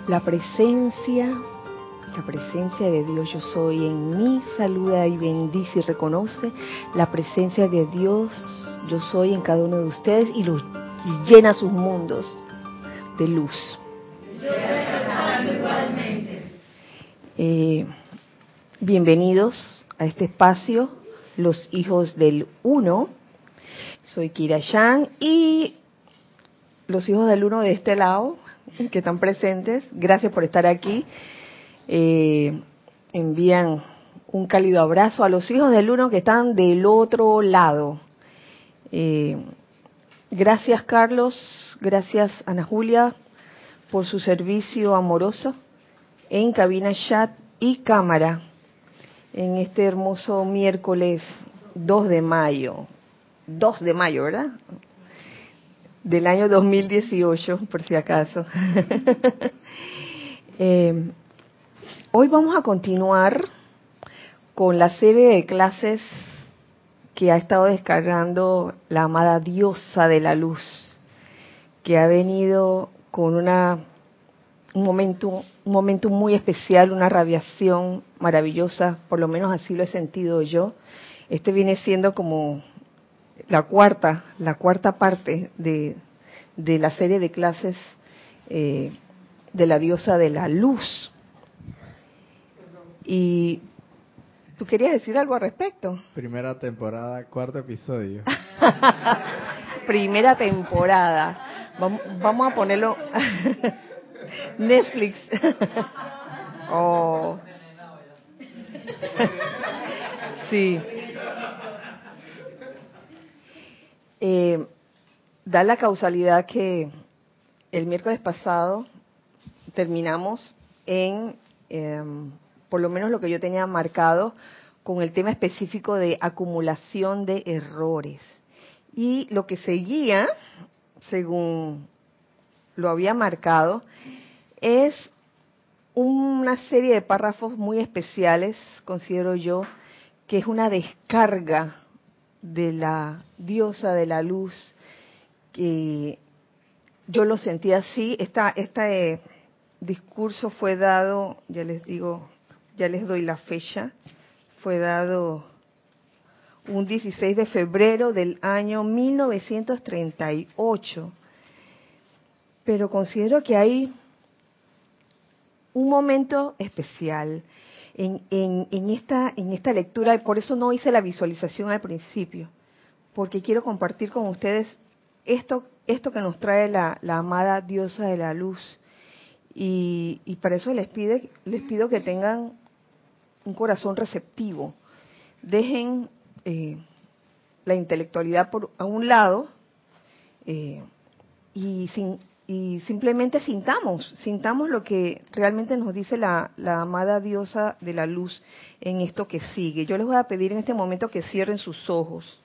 La presencia de Dios yo soy en mí saluda y bendice y reconoce la presencia de Dios yo soy en cada uno de ustedes y llena sus mundos de luz. Bienvenidos a este espacio, los hijos del Uno. Soy Kira Yan y los hijos del Uno de este lado, que están presentes, gracias por estar aquí. Envían un cálido abrazo a los hijos del Uno que están del otro lado. Gracias Carlos, gracias Ana Julia por su servicio amoroso en cabina, chat y cámara en este hermoso miércoles 2 de mayo. 2 de mayo, ¿verdad? Del año 2018, por si acaso. Hoy vamos a continuar con la serie de clases que ha estado descargando la amada diosa de la luz, que ha venido con un momento muy especial, una radiación maravillosa, por lo menos así lo he sentido yo. Este viene siendo como la cuarta parte de la serie de clases de la diosa de la luz. Y ¿tú querías decir algo al respecto? Primera temporada, cuarto episodio. Primera temporada. Vamos a ponerlo Netflix. Oh. Sí. Da la causalidad que el miércoles pasado terminamos en, por lo menos lo que yo tenía marcado, con el tema específico de acumulación de errores. Y lo que seguía, según lo había marcado, es una serie de párrafos muy especiales, considero yo, que es una descarga de la diosa de la luz, que yo lo sentí así. Este discurso fue dado, ya les digo, ya les doy la fecha, fue dado un 16 de febrero del año 1938. Pero considero que hay un momento especial en esta lectura, y por eso no hice la visualización al principio, porque quiero compartir con ustedes esto que nos trae la amada diosa de la luz. Y para eso les pido que tengan un corazón receptivo. Dejen la intelectualidad a un lado y simplemente sintamos lo que realmente nos dice la amada diosa de la luz en esto que sigue. Yo les voy a pedir en este momento que cierren sus ojos.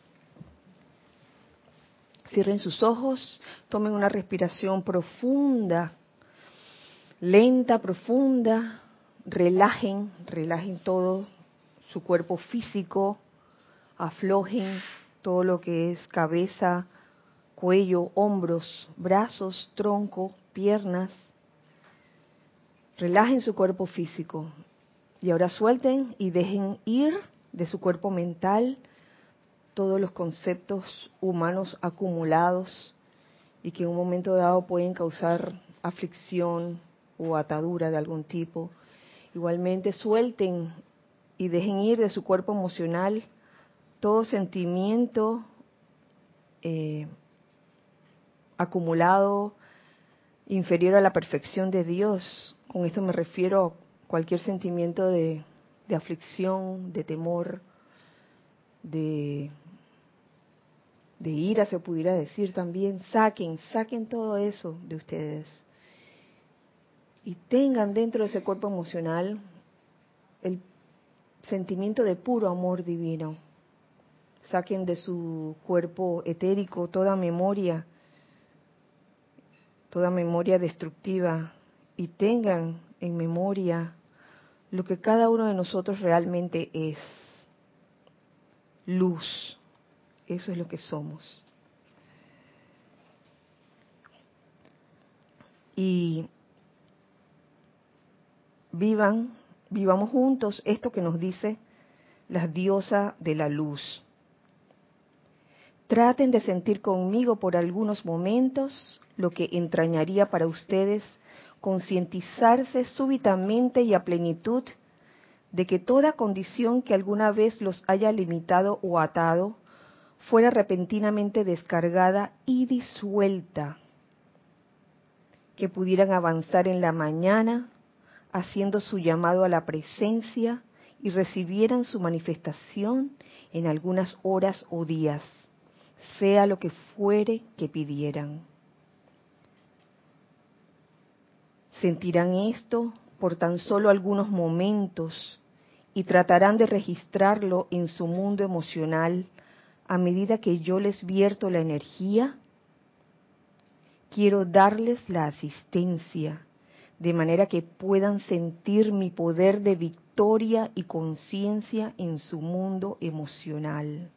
Cierren sus ojos, tomen una respiración profunda, lenta, profunda, relajen todo su cuerpo físico, aflojen todo lo que es cabeza, cuello, hombros, brazos, tronco, piernas. Relajen su cuerpo físico y ahora suelten y dejen ir de su cuerpo mental todos los conceptos humanos acumulados y que en un momento dado pueden causar aflicción o atadura de algún tipo. Igualmente suelten y dejen ir de su cuerpo emocional todo sentimiento acumulado inferior a la perfección de Dios. Con esto me refiero a cualquier sentimiento de aflicción, de temor, de ira, se pudiera decir también. Saquen todo eso de ustedes y tengan dentro de ese cuerpo emocional el sentimiento de puro amor divino. Saquen de su cuerpo etérico toda memoria destructiva, y tengan en memoria lo que cada uno de nosotros realmente es: luz. Eso es lo que somos. Y vivamos juntos esto que nos dice la diosa de la luz. Traten de sentir conmigo por algunos momentos lo que entrañaría para ustedes concientizarse súbitamente y a plenitud de que toda condición que alguna vez los haya limitado o atado fuera repentinamente descargada y disuelta, que pudieran avanzar en la mañana haciendo su llamado a la presencia y recibieran su manifestación en algunas horas o días, sea lo que fuere que pidieran. Sentirán esto por tan solo algunos momentos y tratarán de registrarlo en su mundo emocional a medida que yo les vierto la energía. Quiero darles la asistencia de manera que puedan sentir mi poder de victoria y conciencia en su mundo emocional.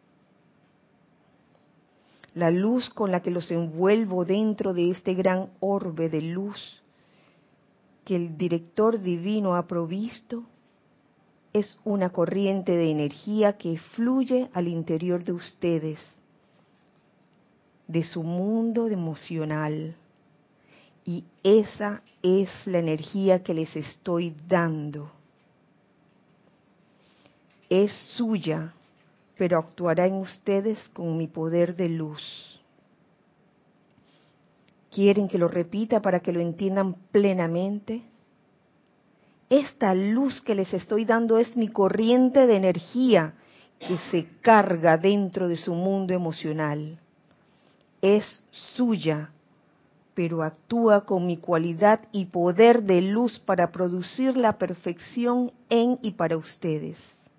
La luz con la que los envuelvo dentro de este gran orbe de luz que el director divino ha provisto es una corriente de energía que fluye al interior de ustedes, de su mundo emocional. Y esa es la energía que les estoy dando. Es suya, pero actuará en ustedes con mi poder de luz. ¿Quieren que lo repita para que lo entiendan plenamente? Esta luz que les estoy dando es mi corriente de energía que se carga dentro de su mundo emocional. Es suya, pero actúa con mi cualidad y poder de luz para producir la perfección en y para ustedes.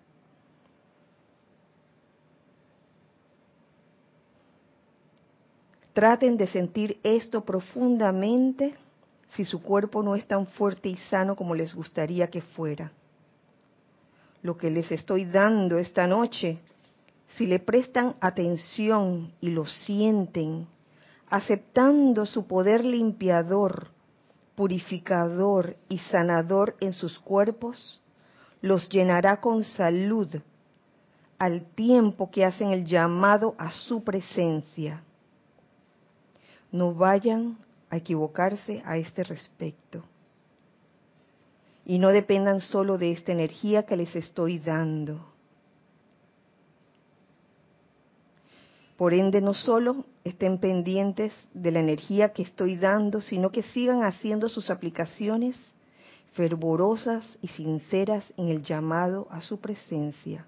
Traten de sentir esto profundamente si su cuerpo no es tan fuerte y sano como les gustaría que fuera. Lo que les estoy dando esta noche, si le prestan atención y lo sienten, aceptando su poder limpiador, purificador y sanador en sus cuerpos, los llenará con salud al tiempo que hacen el llamado a su presencia. No vayan a equivocarse a este respecto. Y no dependan solo de esta energía que les estoy dando. Por ende, no solo estén pendientes de la energía que estoy dando, sino que sigan haciendo sus aplicaciones fervorosas y sinceras en el llamado a su presencia.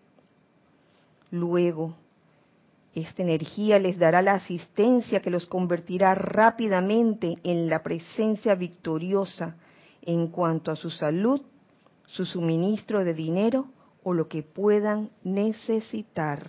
Luego, esta energía les dará la asistencia que los convertirá rápidamente en la presencia victoriosa en cuanto a su salud, su suministro de dinero o lo que puedan necesitar.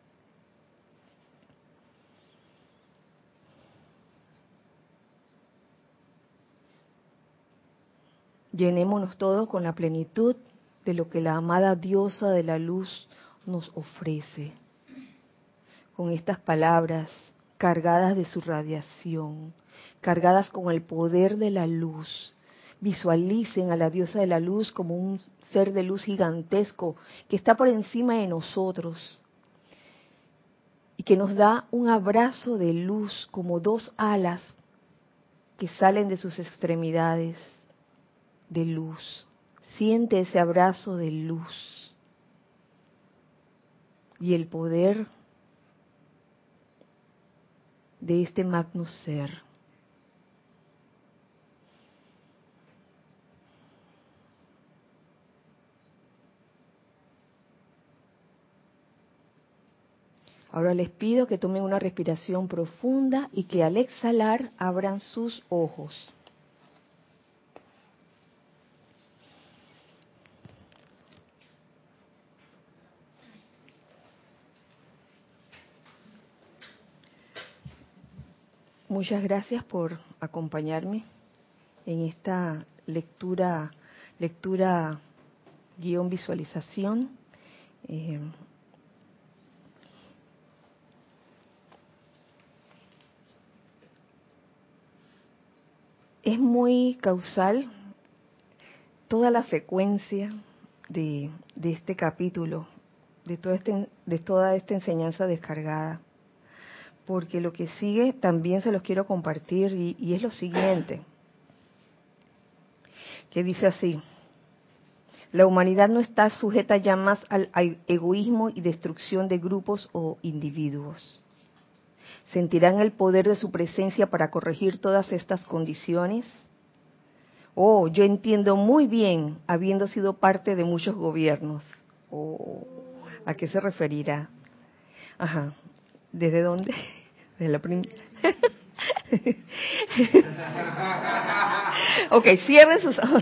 Llenémonos todos con la plenitud de lo que la amada diosa de la luz nos ofrece. Con estas palabras cargadas de su radiación, cargadas con el poder de la luz, visualicen a la diosa de la luz como un ser de luz gigantesco que está por encima de nosotros y que nos da un abrazo de luz como dos alas que salen de sus extremidades de luz. Siente ese abrazo de luz y el poder de este magno ser. Ahora les pido que tomen una respiración profunda y que al exhalar abran sus ojos. Muchas gracias por acompañarme en esta lectura guión visualización. Es muy causal toda la secuencia de este capítulo, de toda esta enseñanza descargada, porque lo que sigue también se los quiero compartir y es lo siguiente, que dice así: la humanidad no está sujeta ya más al egoísmo y destrucción de grupos o individuos. ¿Sentirán el poder de su presencia para corregir todas estas condiciones? Oh, yo entiendo muy bien, habiendo sido parte de muchos gobiernos. Oh, ¿a qué se referirá? Ajá, ¿desde dónde? Desde la primera. Ok, cierren sus ojos.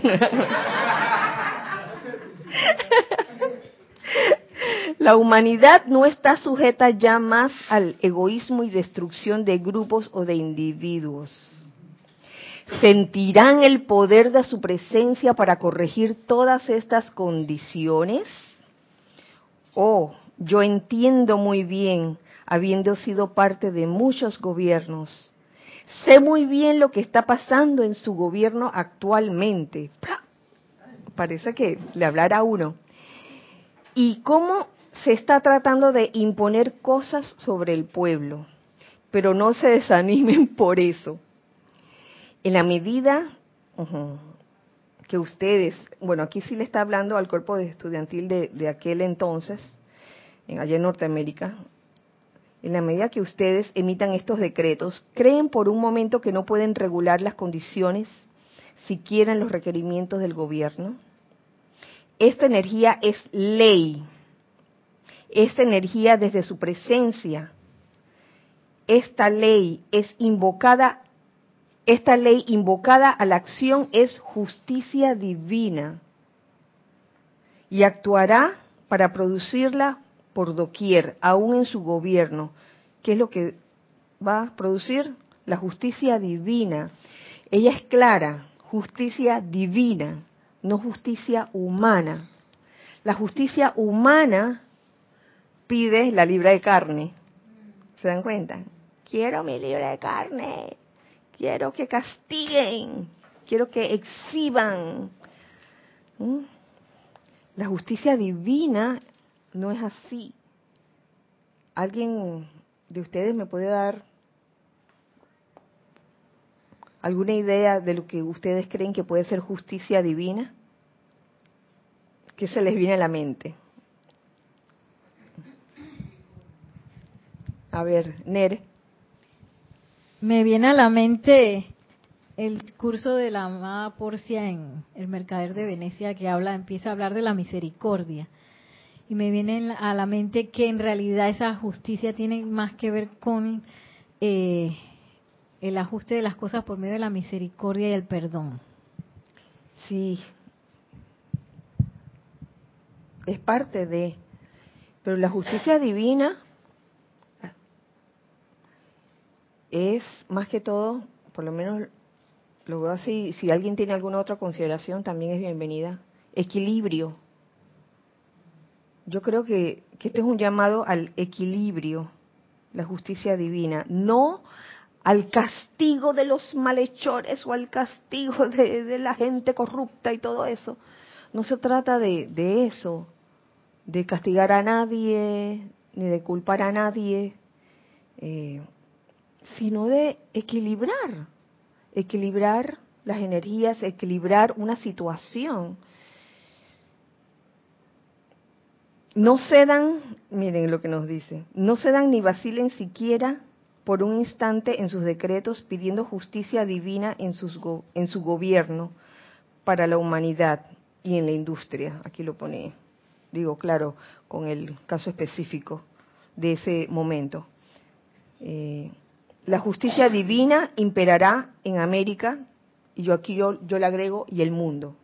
La humanidad no está sujeta ya más al egoísmo y destrucción de grupos o de individuos. ¿Sentirán el poder de su presencia para corregir todas estas condiciones? Oh, yo entiendo muy bien, habiendo sido parte de muchos gobiernos. Sé muy bien lo que está pasando en su gobierno actualmente. Parece que le hablara a uno. Y cómo se está tratando de imponer cosas sobre el pueblo. Pero no se desanimen por eso. En la medida que ustedes, bueno, aquí sí le está hablando al cuerpo estudiantil de aquel entonces, allá en Norteamérica, en la medida que ustedes emitan estos decretos, ¿creen por un momento que no pueden regular las condiciones siquiera en los requerimientos del gobierno? Esta energía es ley. Esta energía desde su presencia. Esta ley invocada a la acción es justicia divina y actuará para producirla por doquier, aún en su gobierno. ¿Qué es lo que va a producir? La justicia divina. Ella es clara, justicia divina, no justicia humana. La justicia humana pide la libra de carne. ¿Se dan cuenta? Quiero mi libra de carne. Quiero que castiguen. Quiero que exhiban. La justicia divina no es así. ¿Alguien de ustedes me puede dar alguna idea de lo que ustedes creen que puede ser justicia divina? ¿Qué se les viene a la mente? A ver, Nere. Me viene a la mente el curso de la amada Porcia en El Mercader de Venecia, que empieza a hablar de la misericordia. Y me viene a la mente que en realidad esa justicia tiene más que ver con el ajuste de las cosas por medio de la misericordia y el perdón. Sí, es parte de, pero la justicia divina es más que todo, por lo menos lo veo así, si alguien tiene alguna otra consideración también es bienvenida, equilibrio. Yo creo que este es un llamado al equilibrio, la justicia divina, no al castigo de los malhechores o al castigo de la gente corrupta y todo eso. No se trata de eso, de castigar a nadie, ni de culpar a nadie, sino de equilibrar las energías, equilibrar una situación. No cedan, miren lo que nos dice, no cedan ni vacilen siquiera por un instante en sus decretos pidiendo justicia divina en su gobierno para la humanidad y en la industria. Aquí lo pone, digo, claro, con el caso específico de ese momento. La justicia divina imperará en América, y yo le agrego, y el mundo.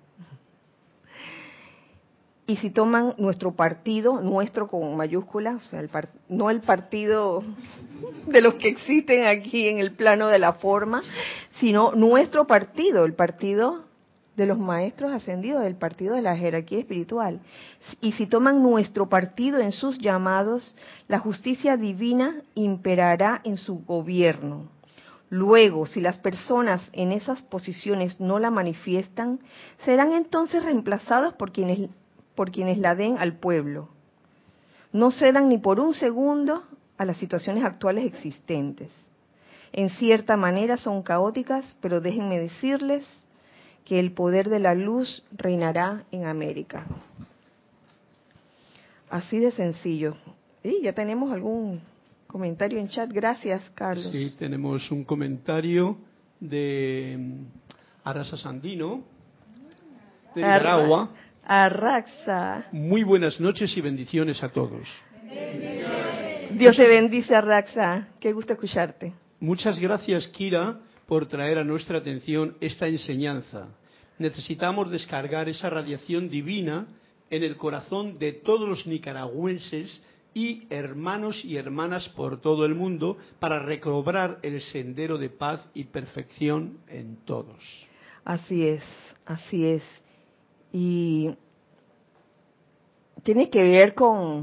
Y si toman nuestro partido, nuestro con mayúsculas, o sea, no el partido de los que existen aquí en el plano de la forma, sino nuestro partido, el partido de los maestros ascendidos, el partido de la jerarquía espiritual. Y si toman nuestro partido en sus llamados, la justicia divina imperará en su gobierno. Luego, si las personas en esas posiciones no la manifiestan, serán entonces reemplazados por quienes la den al pueblo. No cedan ni por un segundo a las situaciones actuales existentes. En cierta manera son caóticas, pero déjenme decirles que el poder de la luz reinará en América. Así de sencillo. Y ya tenemos algún comentario en chat. Gracias, Carlos. Sí, tenemos un comentario de Arrasa Sandino, de Nicaragua. Arraxa. Muy buenas noches y bendiciones a todos. Dios te bendice, Arraxa. Qué gusto escucharte. Muchas gracias, Kira, por traer a nuestra atención esta enseñanza. Necesitamos descargar esa radiación divina en el corazón de todos los nicaragüenses y hermanos y hermanas por todo el mundo para recobrar el sendero de paz y perfección en todos. Así es, así es. Y tiene que ver con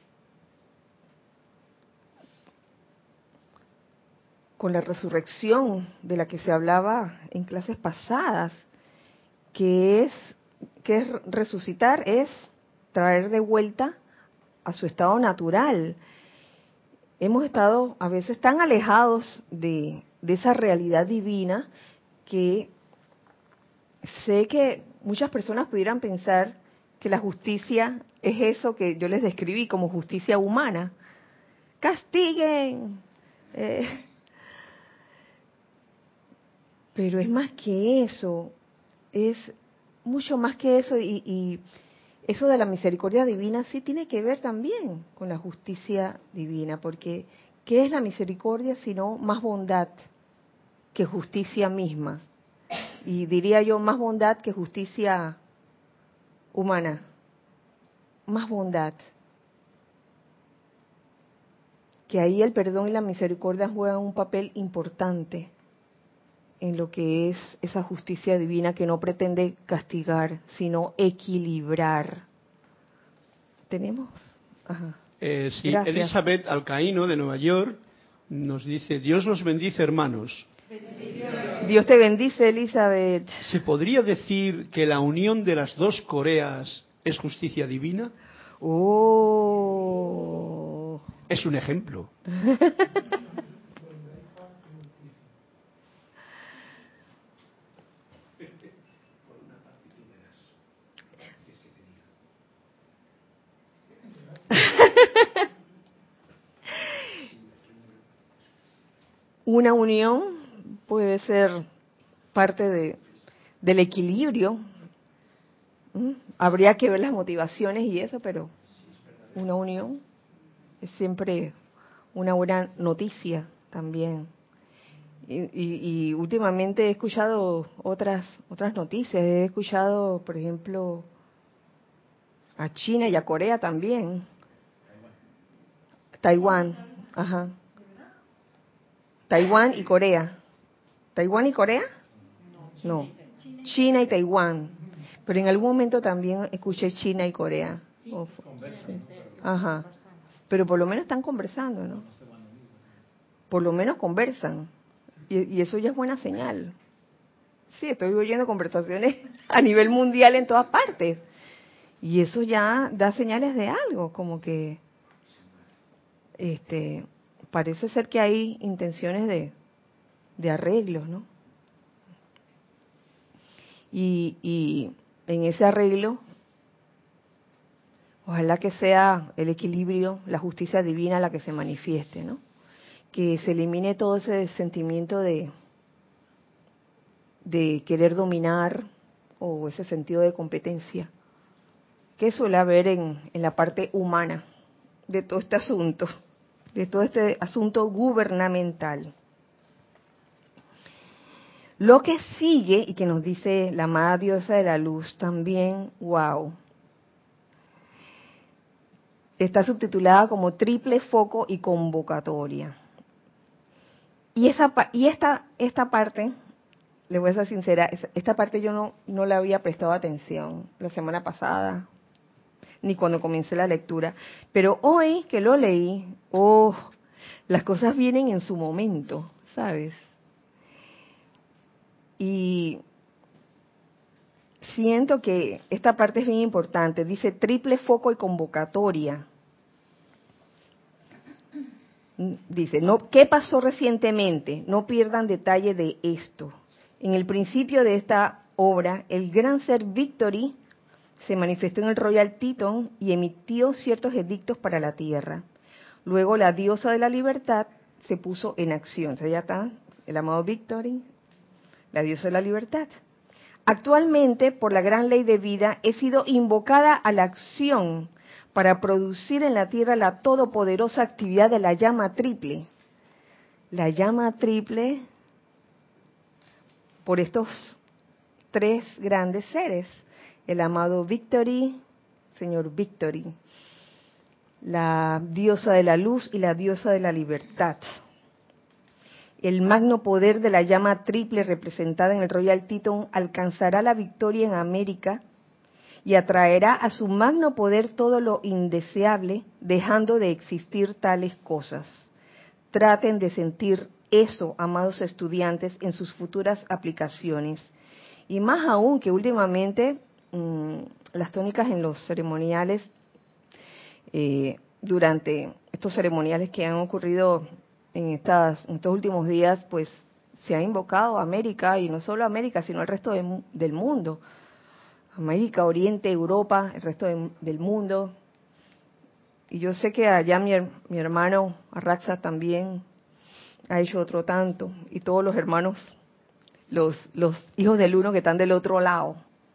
la resurrección de la que se hablaba en clases pasadas, que es resucitar, es traer de vuelta a su estado natural. Hemos estado a veces tan alejados de esa realidad divina que sé que muchas personas pudieran pensar que la justicia es eso que yo les describí como justicia humana. Castiguen. Pero es más que eso, es mucho más que eso y eso de la misericordia divina sí tiene que ver también con la justicia divina, porque ¿qué es la misericordia sino más bondad que justicia misma? Y diría yo, más bondad que justicia humana, más bondad. Que ahí el perdón y la misericordia juegan un papel importante en lo que es esa justicia divina que no pretende castigar, sino equilibrar. ¿Tenemos? Ajá. Sí, Gracias. Elizabeth Alcaíno de Nueva York nos dice: Dios los bendice, hermanos. Dios te bendice, Elizabeth. ¿Se podría decir que la unión de las dos Coreas es justicia divina? Oh. Es un ejemplo. Una unión puede ser parte del equilibrio. Habría que ver las motivaciones y eso, pero una unión es siempre una buena noticia también. Y últimamente he escuchado otras noticias. He escuchado, por ejemplo, a China y a Corea también. Taiwán, ajá. Taiwán y Corea. ¿Taiwán y Corea? No. China y Taiwán. Pero en algún momento también escuché China y Corea. Sí. Ajá. Pero por lo menos están conversando, ¿no? Por lo menos conversan. Y eso ya es buena señal. Sí, estoy oyendo conversaciones a nivel mundial en todas partes. Y eso ya da señales de algo, como que parece ser que hay intenciones de arreglos, ¿no? Y en ese arreglo, ojalá que sea el equilibrio, la justicia divina la que se manifieste, ¿no? Que se elimine todo ese sentimiento de querer dominar o ese sentido de competencia que suele haber en la parte humana de todo este asunto, gubernamental. Lo que sigue y que nos dice la amada diosa de la luz también, wow, está subtitulada como triple foco y convocatoria. Y esta parte, le voy a ser sincera, esta parte yo no le había prestado atención la semana pasada, ni cuando comencé la lectura. Pero hoy que lo leí, las cosas vienen en su momento, ¿sabes? Y siento que esta parte es bien importante. Dice triple foco y convocatoria. Dice, no, ¿qué pasó recientemente? No pierdan detalle de esto. En el principio de esta obra, el gran ser Victory se manifestó en el Royal Teton y emitió ciertos edictos para la Tierra. Luego la diosa de la libertad se puso en acción. O sea, ya está el amado Victory, la diosa de la libertad. Actualmente, por la gran ley de vida, he sido invocada a la acción para producir en la Tierra la todopoderosa actividad de la llama triple. La llama triple por estos tres grandes seres, el amado Victory, señor Victory, la diosa de la luz y la diosa de la libertad. El magno poder de la llama triple representada en el Royal Teton alcanzará la victoria en América y atraerá a su magno poder todo lo indeseable, dejando de existir tales cosas. Traten de sentir eso, amados estudiantes, en sus futuras aplicaciones. Y más aún que últimamente las tónicas en los ceremoniales, durante estos ceremoniales que han ocurrido en estos últimos días, pues se ha invocado a América, y no solo a América, sino al resto del mundo. América, Oriente, Europa, el resto del mundo. Y yo sé que allá mi hermano Arraxa también ha hecho otro tanto, y todos los hermanos, los hijos del uno que están del otro lado.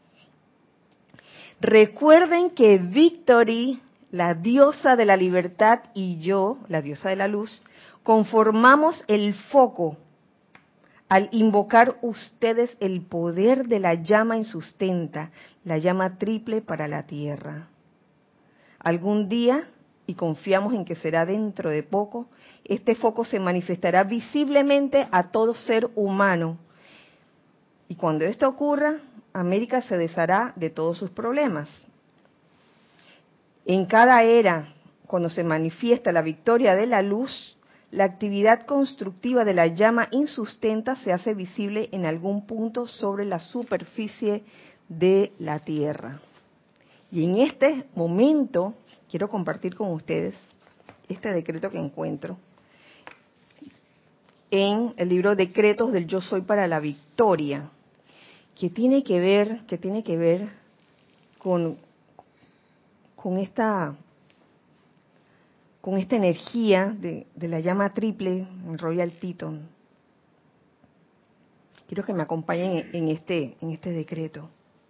Recuerden que Victory, la diosa de la libertad, y yo, la diosa de la luz, conformamos el foco al invocar ustedes el poder de la llama insustenta, la llama triple para la Tierra. Algún día, y confiamos en que será dentro de poco, este foco se manifestará visiblemente a todo ser humano. Y cuando esto ocurra, América se deshará de todos sus problemas. En cada era, cuando se manifiesta la victoria de la luz, la actividad constructiva de la llama insustenta se hace visible en algún punto sobre la superficie de la Tierra. Y en este momento quiero compartir con ustedes este decreto que encuentro en el libro Decretos del Yo Soy para la Victoria, que tiene que ver con esta energía de la llama triple en Royal Teton. Quiero que me acompañen en este decreto,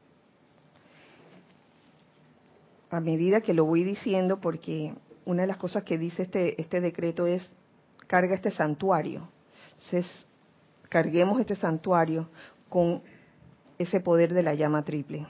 a medida que lo voy diciendo, porque una de las cosas que dice este decreto es: carga este santuario. Entonces, carguemos este santuario con ese poder de la llama triple.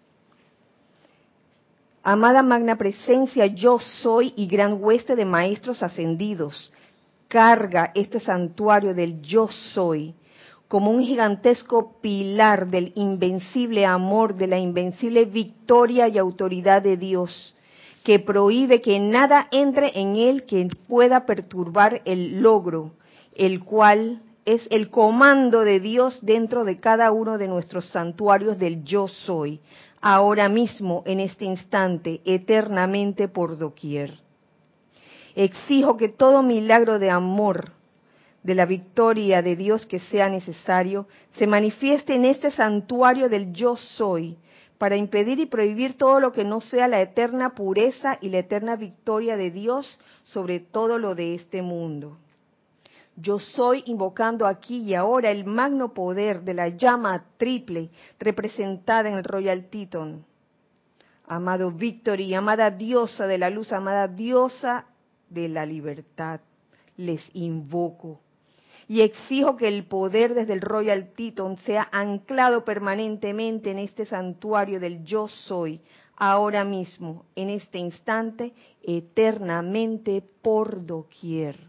Amada magna presencia, yo soy y gran hueste de maestros ascendidos, carga este santuario del yo soy como un gigantesco pilar del invencible amor, de la invencible victoria y autoridad de Dios, que prohíbe que nada entre en él que pueda perturbar el logro, el cual es el comando de Dios dentro de cada uno de nuestros santuarios del yo soy, ahora mismo, en este instante, eternamente por doquier. Exijo que todo milagro de amor, de la victoria de Dios que sea necesario, se manifieste en este santuario del yo soy, para impedir y prohibir todo lo que no sea la eterna pureza y la eterna victoria de Dios sobre todo lo de este mundo. Yo soy invocando aquí y ahora el magno poder de la llama triple representada en el Royal Teton. Amado Victory, amada diosa de la luz, amada diosa de la libertad, les invoco y exijo que el poder desde el Royal Teton sea anclado permanentemente en este santuario del yo soy, ahora mismo, en este instante, eternamente por doquier.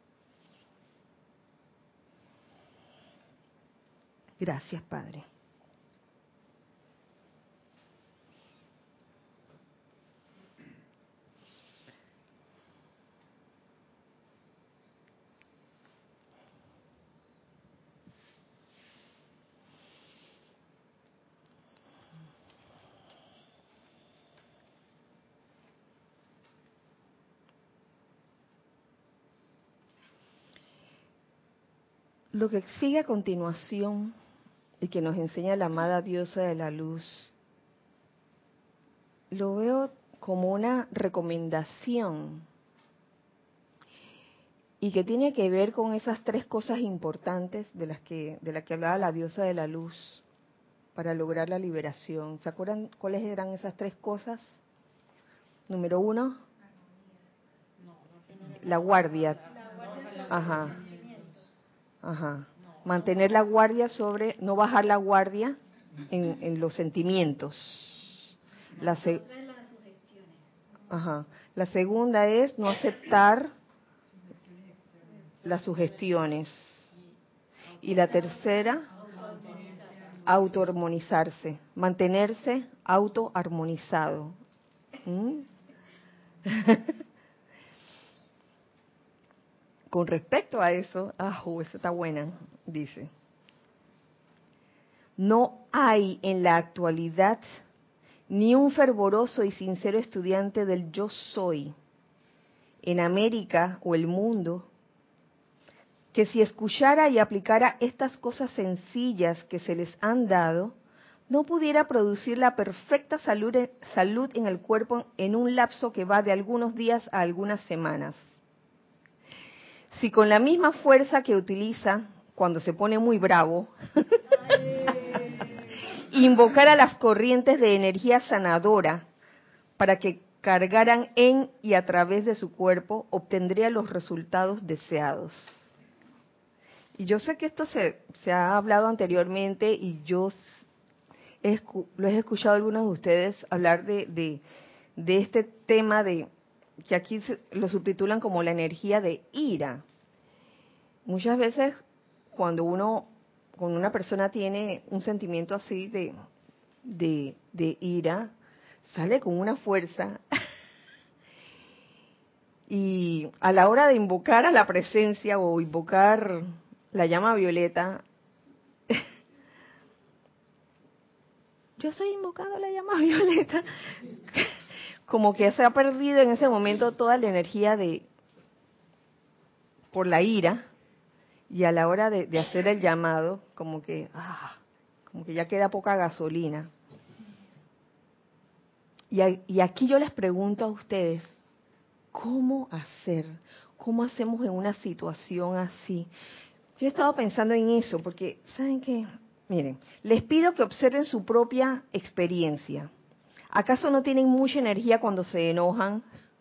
Gracias, Padre. Lo que sigue a continuación y que nos enseña la amada diosa de la luz, lo veo como una recomendación y que tiene que ver con esas tres cosas importantes de las que hablaba la diosa de la luz para lograr la liberación. ¿Se acuerdan cuáles eran esas tres cosas? Número 1, la guardia. Ajá. Ajá. Mantener la guardia sobre, no bajar la guardia en los sentimientos. Ajá. La segunda es no aceptar las sugestiones. Y la tercera, autoarmonizarse, mantenerse autoarmonizado. ¿Mm? Con respecto a eso, esa está buena, dice. No hay en la actualidad ni un fervoroso y sincero estudiante del yo soy en América o el mundo que si escuchara y aplicara estas cosas sencillas que se les han dado, no pudiera producir la perfecta salud en el cuerpo en un lapso que va de algunos días a algunas semanas. Si con la misma fuerza que utiliza cuando se pone muy bravo, invocara las corrientes de energía sanadora para que cargaran en y a través de su cuerpo, obtendría los resultados deseados. Y yo sé que esto se ha hablado anteriormente y yo lo he escuchado a algunos de ustedes hablar de este tema de que aquí lo subtitulan como la energía de ira. Muchas veces cuando una persona tiene un sentimiento así de ira, sale con una fuerza y a la hora de invocar a la presencia o invocar la llama violeta, yo estoy invocando la llama violeta, como que se ha perdido en ese momento toda la energía por la ira, y a la hora de hacer el llamado, como que ya queda poca gasolina. Y aquí yo les pregunto a ustedes, ¿cómo hacer? ¿Cómo hacemos en una situación así? Yo he estado pensando en eso, porque, ¿saben qué? Miren, les pido que observen su propia experiencia. ¿Acaso no tienen mucha energía cuando se enojan?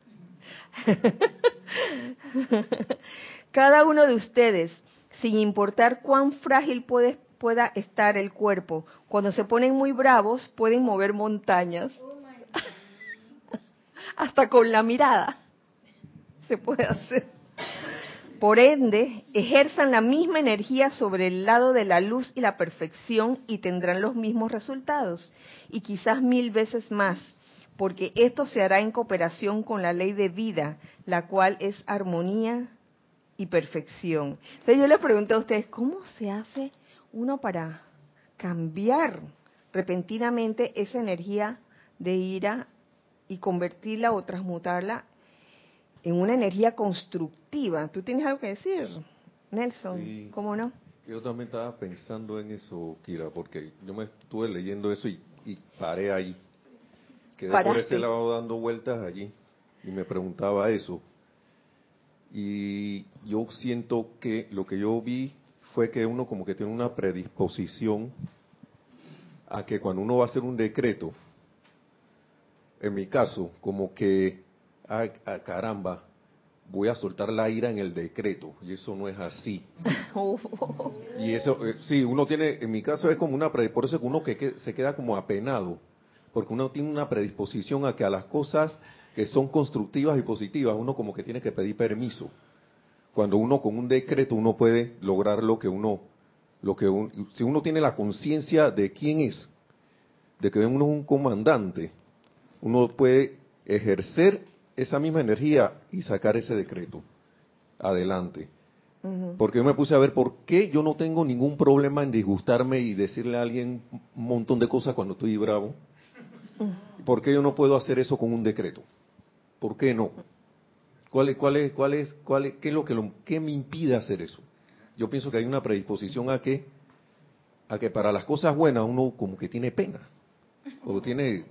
Cada uno de ustedes, sin importar cuán frágil pueda estar el cuerpo, cuando se ponen muy bravos, pueden mover montañas. Hasta con la mirada se puede hacer. Por ende, ejerzan la misma energía sobre el lado de la luz y la perfección y tendrán los mismos resultados, y quizás 1000 veces más, porque esto se hará en cooperación con la ley de vida, la cual es armonía y perfección. Entonces yo les pregunto a ustedes, ¿cómo se hace uno para cambiar repentinamente esa energía de ira y convertirla o transmutarla en una energía constructiva? ¿Tú tienes algo que decir, Nelson? Sí, ¿Cómo no? yo también estaba pensando en eso, Kira, porque yo me estuve leyendo eso y paré ahí. Quedé por ese lado dando vueltas allí y me preguntaba eso. Y yo siento que lo que yo vi fue que uno como que tiene una predisposición a que cuando uno va a hacer un decreto, en mi caso, como que, caramba, voy a soltar la ira en el decreto, y eso no es así. Y eso, sí, uno tiene, en mi caso es como por eso es que uno se queda como apenado, porque uno tiene una predisposición a que a las cosas que son constructivas y positivas, uno como que tiene que pedir permiso. Cuando uno con un decreto uno puede lograr si uno tiene la conciencia de quién es, de que uno es un comandante, uno puede ejercer esa misma energía y sacar ese decreto adelante. Porque yo me puse a ver por qué yo no tengo ningún problema en disgustarme y decirle a alguien un montón de cosas cuando estoy bravo. ¿Por qué yo no puedo hacer eso con un decreto? ¿Por qué no? ¿Qué es lo que me impide hacer eso? yo pienso que hay una predisposición a que para las cosas buenas uno como que tiene pena, o tiene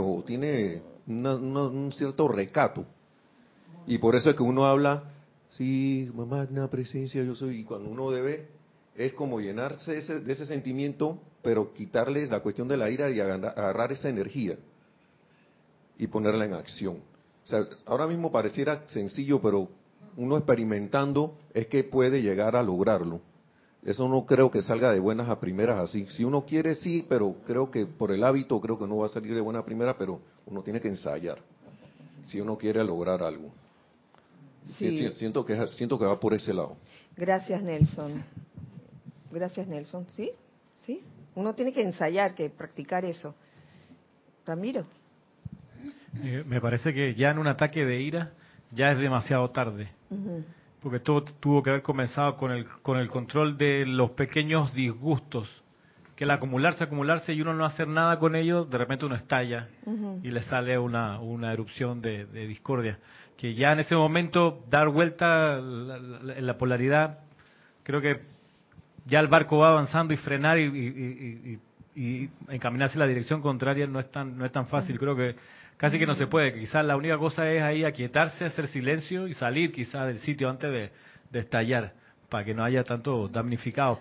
un cierto recato. Y por eso es que uno habla, sí, magna presencia, yo soy, y cuando uno debe, es como llenarse de ese sentimiento, pero quitarle la cuestión de la ira y agarrar esa energía y ponerla en acción. O sea, ahora mismo pareciera sencillo, pero uno experimentando es que puede llegar a lograrlo. Eso no creo que salga de buenas a primeras así. Si uno quiere, sí, pero creo que por el hábito, creo que no va a salir de buena a primera, pero uno tiene que ensayar si uno quiere lograr algo. Sí. Siento que va por ese lado. Gracias, Nelson. Gracias, Nelson. ¿Sí? ¿Sí? Uno tiene que ensayar, que practicar eso. Ramiro. Me parece que ya en un ataque de ira ya es demasiado tarde. Ujú. Porque todo tuvo que haber comenzado con el control de los pequeños disgustos, que al acumularse y uno no hacer nada con ellos, de repente uno estalla Ujú. y le sale una erupción de discordia. Que ya en ese momento dar vuelta en la polaridad, creo que ya el barco va avanzando y frenar y encaminarse en la dirección contraria no es tan fácil. Creo que casi que no se puede. Quizás la única cosa es ahí aquietarse, hacer silencio y salir quizás del sitio antes de estallar, para que no haya tanto damnificados.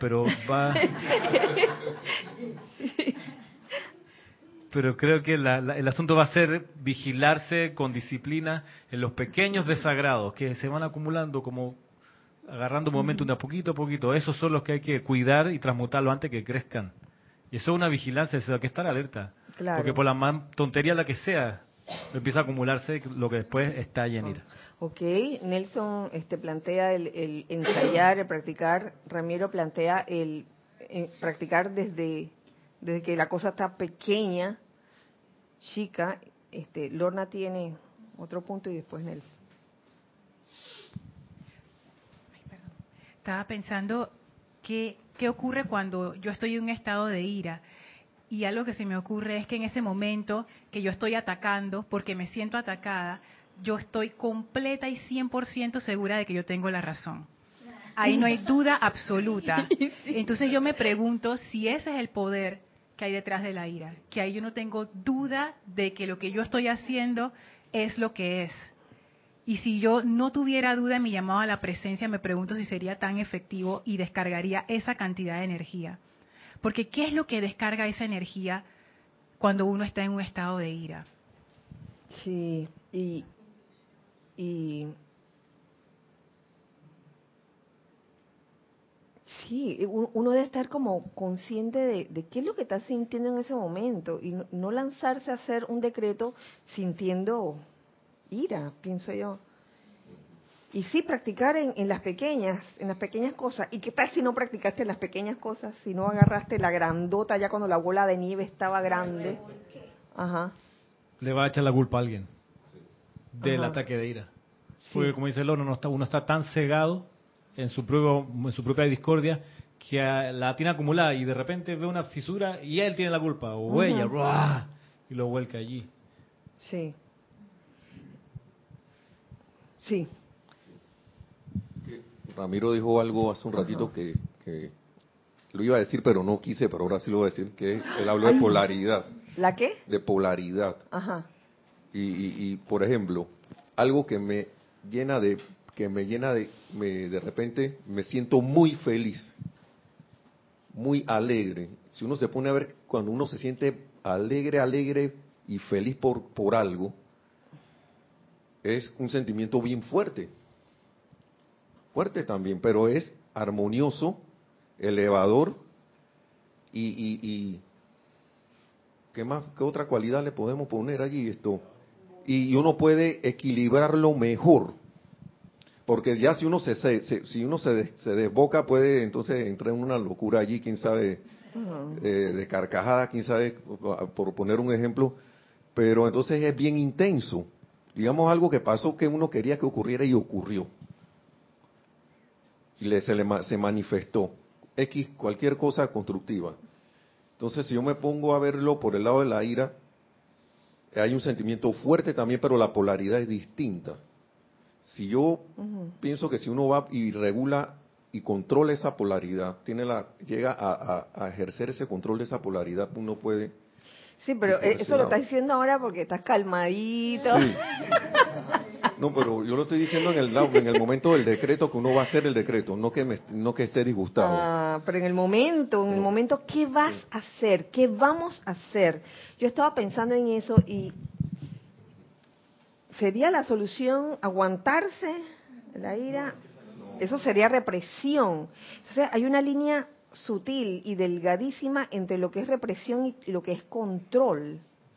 Pero creo que el asunto va a ser vigilarse con disciplina en los pequeños desagrados que se van acumulando, como agarrando momentum de a poquito. Esos son los que hay que cuidar y transmutarlo antes que crezcan. Y eso es una vigilancia, eso hay que estar alerta. Claro. Porque por la más tontería la que sea, empieza a acumularse lo que después estalla en ira. Ok, Nelson plantea el ensayar, el practicar. Ramiro plantea el practicar desde que la cosa está pequeña, chica. Lorna tiene otro punto y después Nelson. Estaba pensando qué ocurre cuando yo estoy en un estado de ira. Y algo que se me ocurre es que en ese momento que yo estoy atacando, porque me siento atacada, yo estoy completa y 100% segura de que yo tengo la razón. Ahí no hay duda absoluta. Entonces yo me pregunto si ese es el poder que hay detrás de la ira. Que ahí yo no tengo duda de que lo que yo estoy haciendo es lo que es. Y si yo no tuviera duda en mi llamado a la presencia, me pregunto si sería tan efectivo y descargaría esa cantidad de energía. Porque ¿qué es lo que descarga esa energía cuando uno está en un estado de ira? Sí, y sí, uno debe estar como consciente de qué es lo que está sintiendo en ese momento y no lanzarse a hacer un decreto sintiendo ira, pienso yo. Y sí, practicar en las pequeñas cosas. ¿Y qué tal si no practicaste en las pequeñas cosas? Si no agarraste la grandota ya cuando la bola de nieve estaba grande. Ajá. Le va a echar la culpa a alguien del Ajá. ataque de ira. Sí. Porque como dice Lorna, uno está tan cegado en su propia discordia que la tiene acumulada y de repente ve una fisura y él tiene la culpa, o ella, ¡ruah! Y lo vuelca allí. Sí. Sí. Ramiro dijo algo hace un ratito que lo iba a decir, pero no quise, pero ahora sí lo voy a decir, que él habló de polaridad. ¿La qué? De polaridad. Ajá. Y por ejemplo, algo que me llena de repente me siento muy feliz, muy alegre. Si uno se pone a ver, cuando uno se siente alegre y feliz por algo, es un sentimiento bien fuerte también, pero es armonioso, elevador y ¿qué más? ¿Qué otra cualidad le podemos poner allí esto? Y uno puede equilibrarlo mejor, porque ya si uno se desboca puede entonces entrar en una locura allí, quién sabe, de carcajada, quién sabe, por poner un ejemplo, pero entonces es bien intenso. Digamos algo que pasó que uno quería que ocurriera y ocurrió. Y se manifestó cualquier cosa constructiva. Entonces, si yo me pongo a verlo por el lado de la ira, hay un sentimiento fuerte también, pero la polaridad es distinta. Si yo pienso que si uno va y regula y controla esa polaridad, llega a ejercer ese control de esa polaridad, uno puede... Sí, pero eso lo estás diciendo ahora porque estás calmadito. Sí. No, pero yo lo estoy diciendo en el momento del decreto, que uno va a hacer el decreto, no que esté disgustado. Ah, pero en el momento, ¿qué vas a hacer? ¿Qué vamos a hacer? Yo estaba pensando en eso y ¿sería la solución aguantarse la ira? Eso sería represión. Entonces hay una línea sutil y delgadísima entre lo que es represión y lo que es control.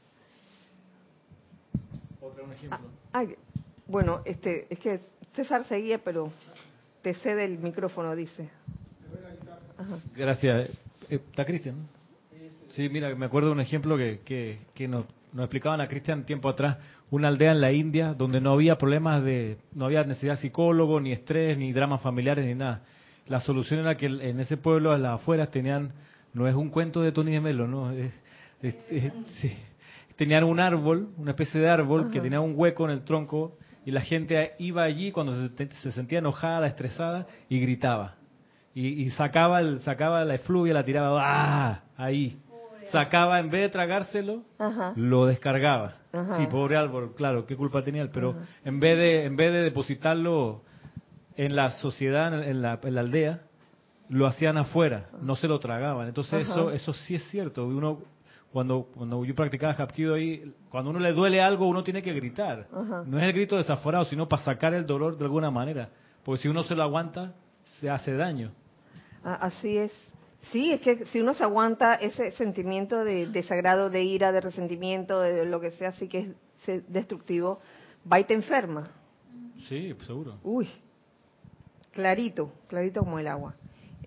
Otro ejemplo. Bueno, es que César seguía, pero te cede el micrófono, dice. Ajá. Gracias. ¿Está Cristian? Sí, mira, me acuerdo de un ejemplo que nos explicaban a Cristian tiempo atrás, una aldea en la India donde no había no había necesidad de psicólogo, ni estrés, ni dramas familiares, ni nada. La solución era que en ese pueblo, a las afueras, no es un cuento de Tony de Melo, ¿no? Sí. Tenían un árbol, una especie de árbol, que tenía un hueco en el tronco, y la gente iba allí cuando se sentía enojada, estresada, y gritaba. Y sacaba la efluvia, la tiraba, ¡ah! Ahí. Sacaba, en vez de tragárselo, lo descargaba. Sí, pobre árbol, claro, qué culpa tenía él, pero en vez de depositarlo en la sociedad, en la aldea, lo hacían afuera, no se lo tragaban. Entonces eso sí es cierto. Uno, cuando yo practicaba Hapkido ahí, cuando a uno le duele algo, uno tiene que gritar. No es el grito desaforado, sino para sacar el dolor de alguna manera. Porque si uno se lo aguanta, se hace daño. Así es. Sí, es que si uno se aguanta ese sentimiento de desagrado, de ira, de resentimiento, de lo que sea, así que es destructivo, va y te enferma. Sí, seguro. Uy, clarito como el agua.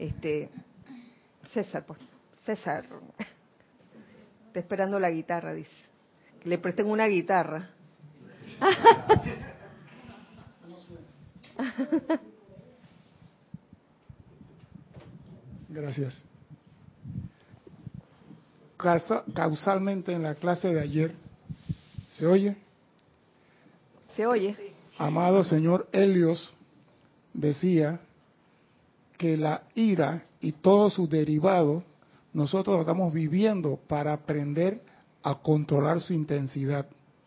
César, pues, César, está esperando la guitarra, dice. Que le presten una guitarra. Gracias. Causalmente en la clase de ayer, ¿se oye? ¿Se oye? Amado señor Helios decía que la ira y todos sus derivados nosotros lo estamos viviendo para aprender a controlar su intensidad.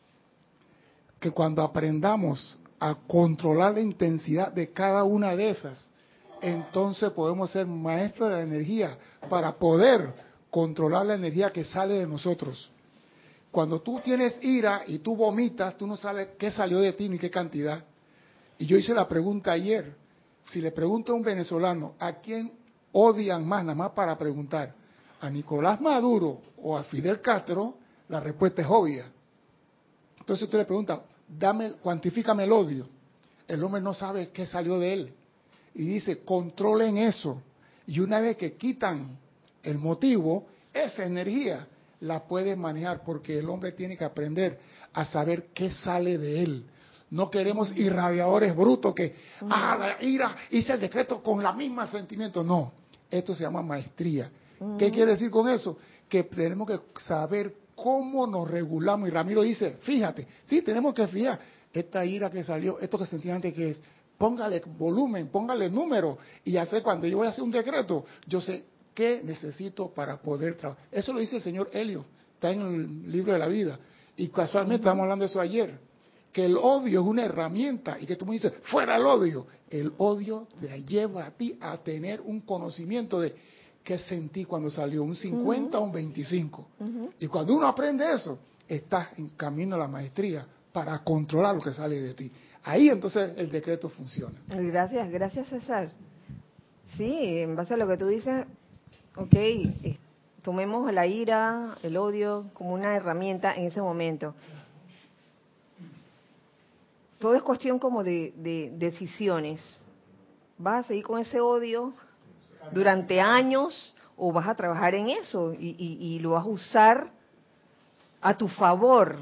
Que cuando aprendamos a controlar la intensidad de cada una de esas, entonces podemos ser maestros de la energía para poder controlar la energía que sale de nosotros. Cuando tú tienes ira y tú vomitas, tú no sabes qué salió de ti ni qué cantidad. Y yo hice la pregunta ayer, si le pregunto a un venezolano, ¿a quién odian más, nada más para preguntar? ¿A Nicolás Maduro o a Fidel Castro? La respuesta es obvia. Entonces usted le pregunta, cuantifícame el odio. El hombre no sabe qué salió de él. Y dice, controlen eso. Y una vez que quitan el motivo, esa energía la puede manejar, porque el hombre tiene que aprender a saber qué sale de él. No queremos irradiadores brutos que, la ira, hice el decreto con la misma sentimiento. No, esto se llama maestría. ¿Qué quiere decir con eso? Que tenemos que saber cómo nos regulamos. Y Ramiro dice, fíjate, sí, tenemos que fijar esta ira que salió, esto que sentí antes que es, póngale volumen, póngale número, y ya sé, cuando yo voy a hacer un decreto, yo sé qué necesito para poder trabajar. Eso lo dice el señor Helio, está en el libro de la vida. Y casualmente estamos hablando de eso ayer, que el odio es una herramienta, y que tú me dices, fuera el odio. El odio te lleva a ti a tener un conocimiento de qué sentí cuando salió, un 50 o un 25. Y cuando uno aprende eso, estás en camino a la maestría para controlar lo que sale de ti. Ahí entonces el decreto funciona. Gracias César. Sí, en base a lo que tú dices, ok, tomemos la ira, el odio como una herramienta en ese momento. Todo es cuestión como de decisiones. ¿Vas a seguir con ese odio durante años o vas a trabajar en eso y lo vas a usar a tu favor?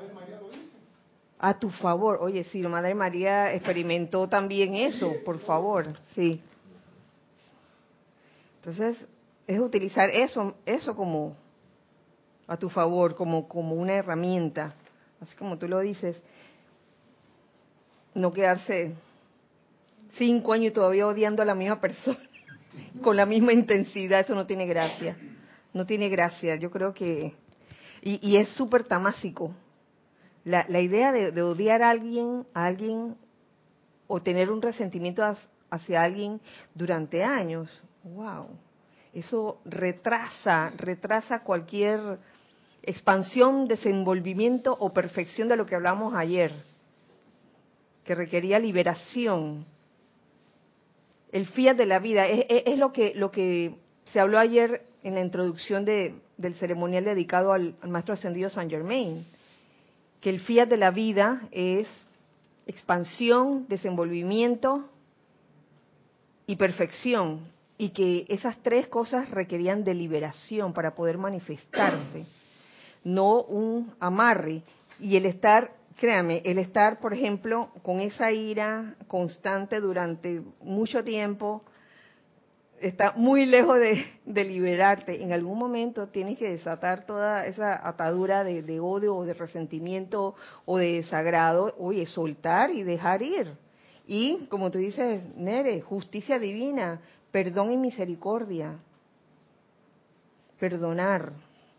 A tu favor. Oye, sí, la Madre María experimentó también eso, por favor, sí. Entonces, es utilizar eso como a tu favor, como una herramienta, así como tú lo dices. No quedarse 5 años y todavía odiando a la misma persona, con la misma intensidad, eso no tiene gracia. No tiene gracia, yo creo que... Y es súper tamásico. La idea de odiar a alguien o tener un resentimiento hacia alguien durante años, wow, eso retrasa cualquier expansión, desenvolvimiento o perfección de lo que hablamos ayer, que requería liberación. El fiat de la vida es lo que se habló ayer en la introducción del ceremonial dedicado al Maestro Ascendido Saint Germain, que el fiat de la vida es expansión, desenvolvimiento y perfección, y que esas tres cosas requerían de liberación para poder manifestarse, no un amarre. Y el estar, créame, por ejemplo, con esa ira constante durante mucho tiempo, está muy lejos de liberarte. En algún momento tienes que desatar toda esa atadura de odio o de resentimiento o de desagrado, oye, soltar y dejar ir. Y, como tú dices, Nere, justicia divina, perdón y misericordia. Perdonar.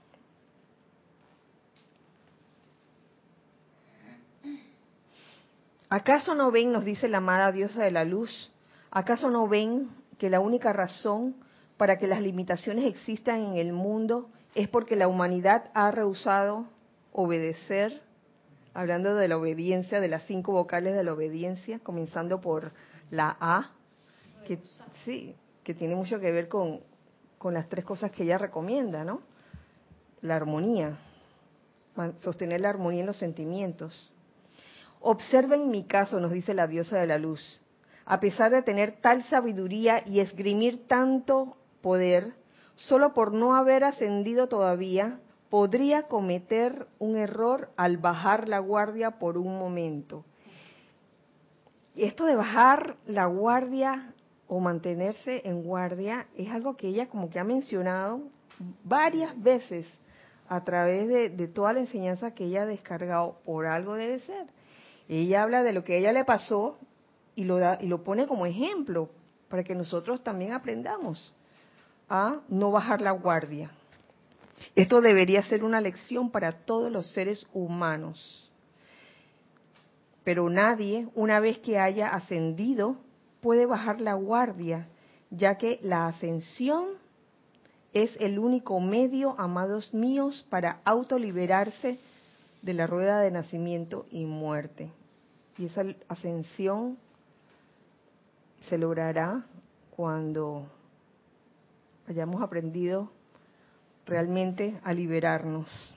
¿Acaso no ven, nos dice la amada diosa de la luz, acaso no ven que la única razón para que las limitaciones existan en el mundo es porque la humanidad ha rehusado obedecer? Hablando de la obediencia, de las 5 vocales de la obediencia, comenzando por la A, que sí, que tiene mucho que ver con las 3 cosas que ella recomienda, ¿no? La armonía, sostener la armonía en los sentimientos. Observen mi caso, nos dice la diosa de la luz. A pesar de tener tal sabiduría y esgrimir tanto poder, solo por no haber ascendido todavía, podría cometer un error al bajar la guardia por un momento. Y esto de bajar la guardia o mantenerse en guardia es algo que ella como que ha mencionado varias veces a través de toda la enseñanza que ella ha descargado. Por algo debe ser. Ella habla de lo que a ella le pasó y lo pone como ejemplo para que nosotros también aprendamos a no bajar la guardia. Esto debería ser una lección para todos los seres humanos. Pero nadie, una vez que haya ascendido, puede bajar la guardia, ya que la ascensión es el único medio, amados míos, para autoliberarse de la rueda de nacimiento y muerte. Y esa ascensión se logrará cuando hayamos aprendido realmente a liberarnos.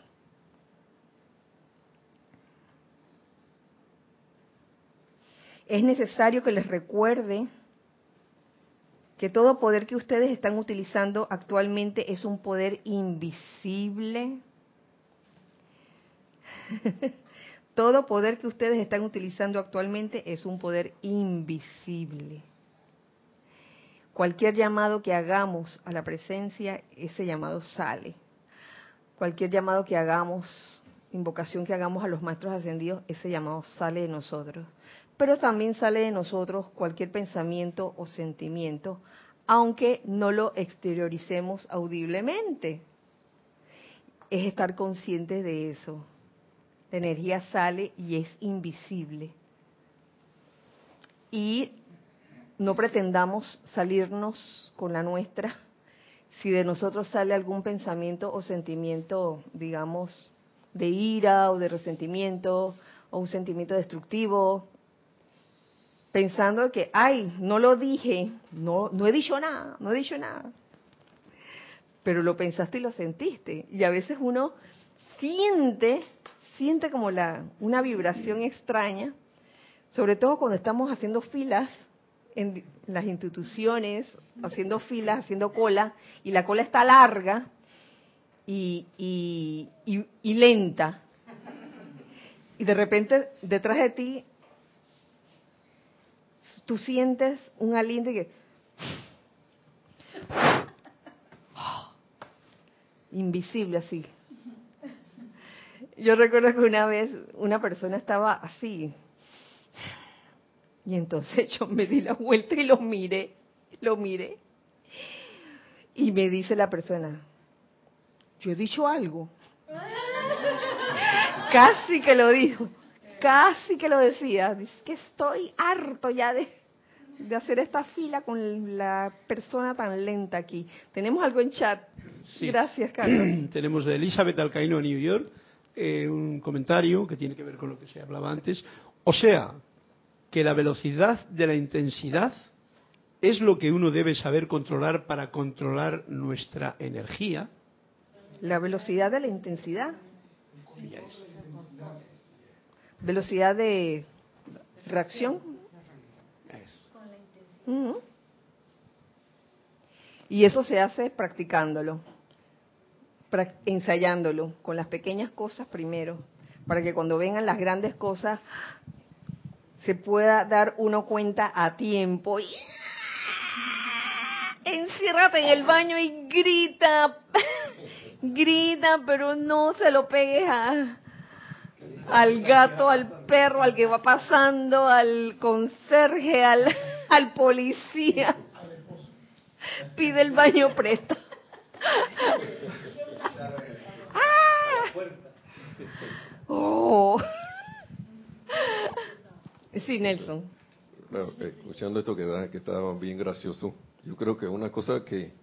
Es necesario que les recuerde que todo poder que ustedes están utilizando actualmente es un poder invisible. Todo poder que ustedes están utilizando actualmente es un poder invisible. Cualquier llamado que hagamos a la presencia, ese llamado sale. Cualquier llamado que hagamos, invocación que hagamos a los maestros ascendidos, ese llamado sale de nosotros. Pero también sale de nosotros cualquier pensamiento o sentimiento, aunque no lo exterioricemos audiblemente. Es estar conscientes de eso. La energía sale y es invisible. Y no pretendamos salirnos con la nuestra si de nosotros sale algún pensamiento o sentimiento, digamos, de ira o de resentimiento o un sentimiento destructivo, pensando que, ay, no lo dije, no he dicho nada, no he dicho nada. Pero lo pensaste y lo sentiste. Y a veces uno siente como una vibración extraña, sobre todo cuando estamos haciendo filas en las instituciones, haciendo filas, haciendo cola, y la cola está larga y lenta. Y de repente, detrás de ti, tú sientes un aliento y que... invisible así. Yo recuerdo que una vez una persona estaba así, Y entonces yo me di la vuelta y lo miré. Y me dice la persona, yo he dicho algo. Casi que lo dijo, casi que lo decía. Dice que estoy harto ya de hacer esta fila con la persona tan lenta aquí. Tenemos algo en chat. Sí. Gracias, Carlos. Tenemos de Elizabeth Alcaíno, New York, un comentario que tiene que ver con lo que se hablaba antes. O sea, que la velocidad de la intensidad es lo que uno debe saber controlar para controlar nuestra energía. La velocidad de la intensidad. Sí, ya es. Velocidad de reacción. Ya es. Ujú. Y eso se hace practicándolo, ensayándolo, con las pequeñas cosas primero, para que cuando vengan las grandes cosas se pueda dar uno cuenta a tiempo. Y enciérrate en el baño y grita, grita, pero no se lo pegues al gato, al perro, al que va pasando, al conserje, al policía. Pide el baño presto. ¡Ah! Oh. Sí, Nelson. Bueno, escuchando esto que estaba bien gracioso, yo creo que una cosa que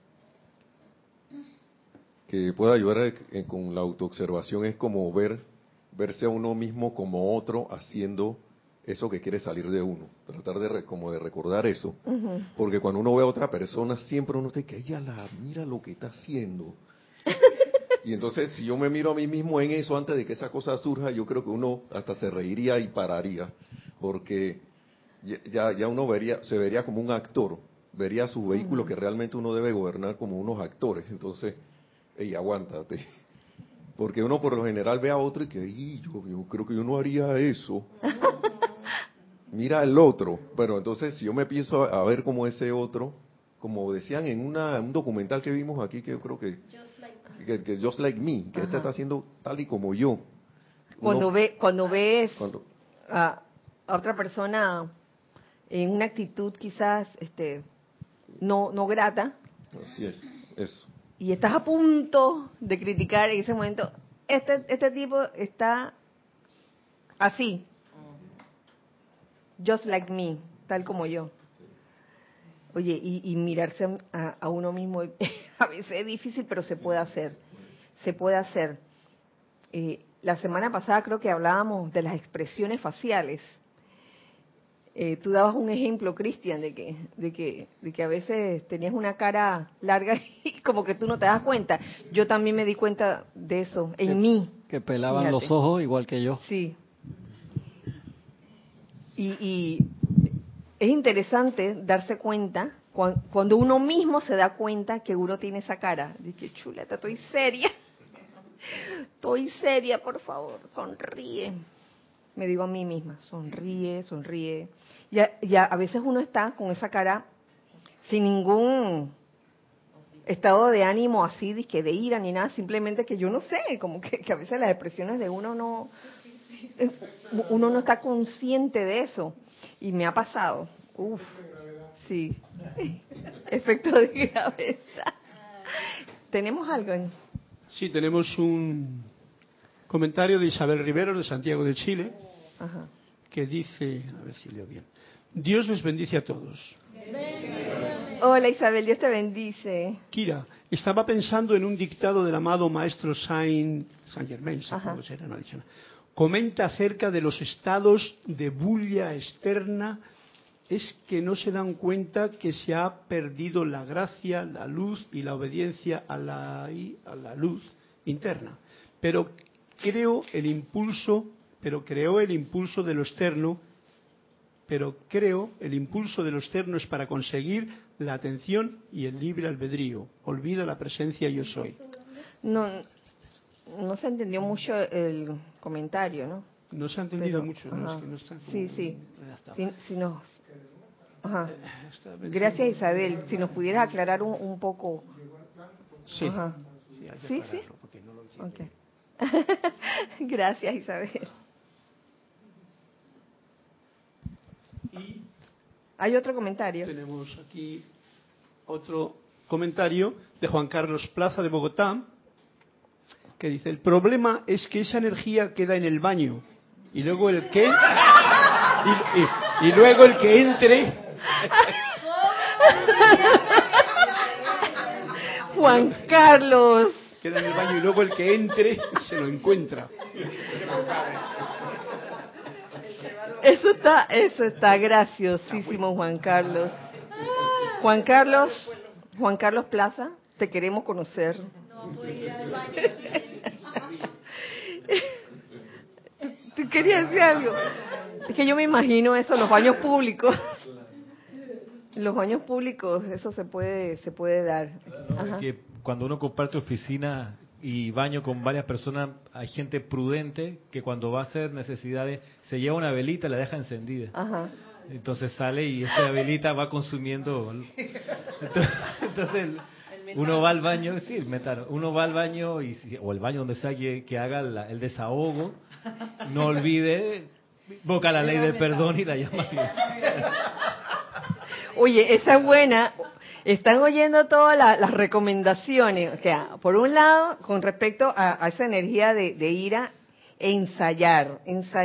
puede ayudar con la autoobservación es como verse a uno mismo como otro haciendo eso que quiere salir de uno, tratar como de recordar eso, porque cuando uno ve a otra persona siempre uno dice que ella mira lo que está haciendo, y entonces si yo me miro a mí mismo en eso antes de que esa cosa surja, yo creo que uno hasta se reiría y pararía, porque ya uno se vería como un actor, vería su vehículo que realmente uno debe gobernar como unos actores, entonces, ey, aguántate. Porque uno por lo general ve a otro y que, yo creo que yo no haría eso. Mira al otro. Pero entonces si yo me empiezo a ver como ese otro, como decían en un documental que vimos aquí, que yo creo que Just Like Me, que este está haciendo tal y como yo. Cuando ves a otra persona en una actitud quizás no grata, así es, eso. y estás a punto de criticar en ese momento, este tipo está así, just like me, tal como yo. Oye, y mirarse a uno mismo a veces es difícil, pero se puede hacer. Se puede hacer. La semana pasada creo que hablábamos de las expresiones faciales. Tú dabas un ejemplo, Cristian, de que a veces tenías una cara larga y como que tú no te das cuenta. Yo también me di cuenta de eso en mí. Que pelaban Fíjate. los ojos igual que yo. Sí. Y es interesante darse cuenta cuando uno mismo se da cuenta que uno tiene esa cara. Dice, chuleta, estoy seria. Estoy seria, por favor, sonríe. Me digo a mí misma, sonríe, sonríe. Ya a veces uno está con esa cara sin ningún estado de ánimo así, de ira ni nada, simplemente que yo no sé, como que a veces las expresiones de uno no está consciente de eso. Y me ha pasado. Uf, sí. Efecto de gravedad. ¿Tenemos algo en...? Sí, tenemos un comentario de Isabel Rivero de Santiago de Chile. Ajá. Que dice, a ver si leo bien, Dios les bendice a todos. Hola Isabel, Dios te bendice. Kira, estaba pensando en un dictado del amado maestro Saint Germain, supongo que será, no ha dicho nada. Comenta acerca de los estados de bulla externa, es que no se dan cuenta que se ha perdido la gracia, la luz y la obediencia a la luz interna. Pero creó el impulso de lo externo, es para conseguir la atención y el libre albedrío. Olvida la presencia yo soy. No se entendió mucho el comentario, ¿no? No se ha entendido mucho, ¿no? Es que no está como Sí. redactado. Ajá. Gracias Isabel, si nos pudieras aclarar un poco. Sí. Ajá. Sí. No lo okay. Gracias Isabel. Y ¿Hay otro comentario? Tenemos aquí otro comentario de Juan Carlos Plaza de Bogotá, que dice: el problema es que esa energía queda en el baño y luego el que y luego el que entre Juan Carlos. queda en el baño y luego el que entre se lo encuentra. Eso está graciosísimo, Juan Carlos. Juan Carlos Plaza, te queremos conocer. ¿Tú querías decir algo? Es que yo me imagino eso en los baños públicos. En los baños públicos eso se puede dar. Ajá. Que cuando uno comparte oficina y baño con varias personas, hay gente prudente que cuando va a hacer necesidades se lleva una velita y la deja encendida. Ajá. Entonces sale y esa velita va consumiendo. Entonces uno va al baño, sí, uno va al baño o el baño donde sea que haga el desahogo, no olvide, invoca la ley del perdón y la llama bien. Oye, esa es buena. Están oyendo todas las recomendaciones. O sea, por un lado, con respecto a esa energía de ira, ensayar,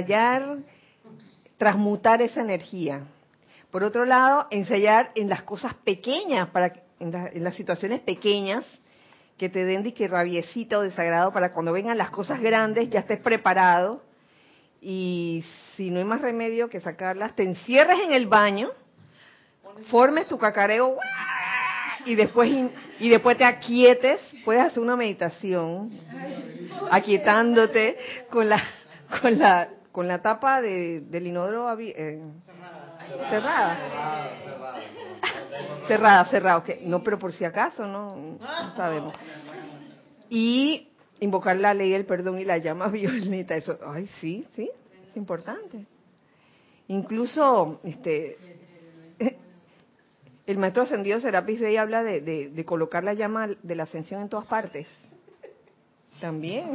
transmutar esa energía. Por otro lado, ensayar en las cosas pequeñas, en las situaciones pequeñas, que te den que rabiecita o desagrado, para cuando vengan las cosas grandes ya estés preparado. Y si no hay más remedio que sacarlas, te encierres en el baño, formes tu cacareo y después te aquietes. Puedes hacer una meditación aquietándote con la tapa del inodoro cerrada, okay. No, pero por si acaso no sabemos. Y invocar la ley del perdón y la llama violeta. Eso, ay, sí, es importante. Incluso el maestro ascendido Serapis Bey habla de colocar la llama de la ascensión en todas partes. También.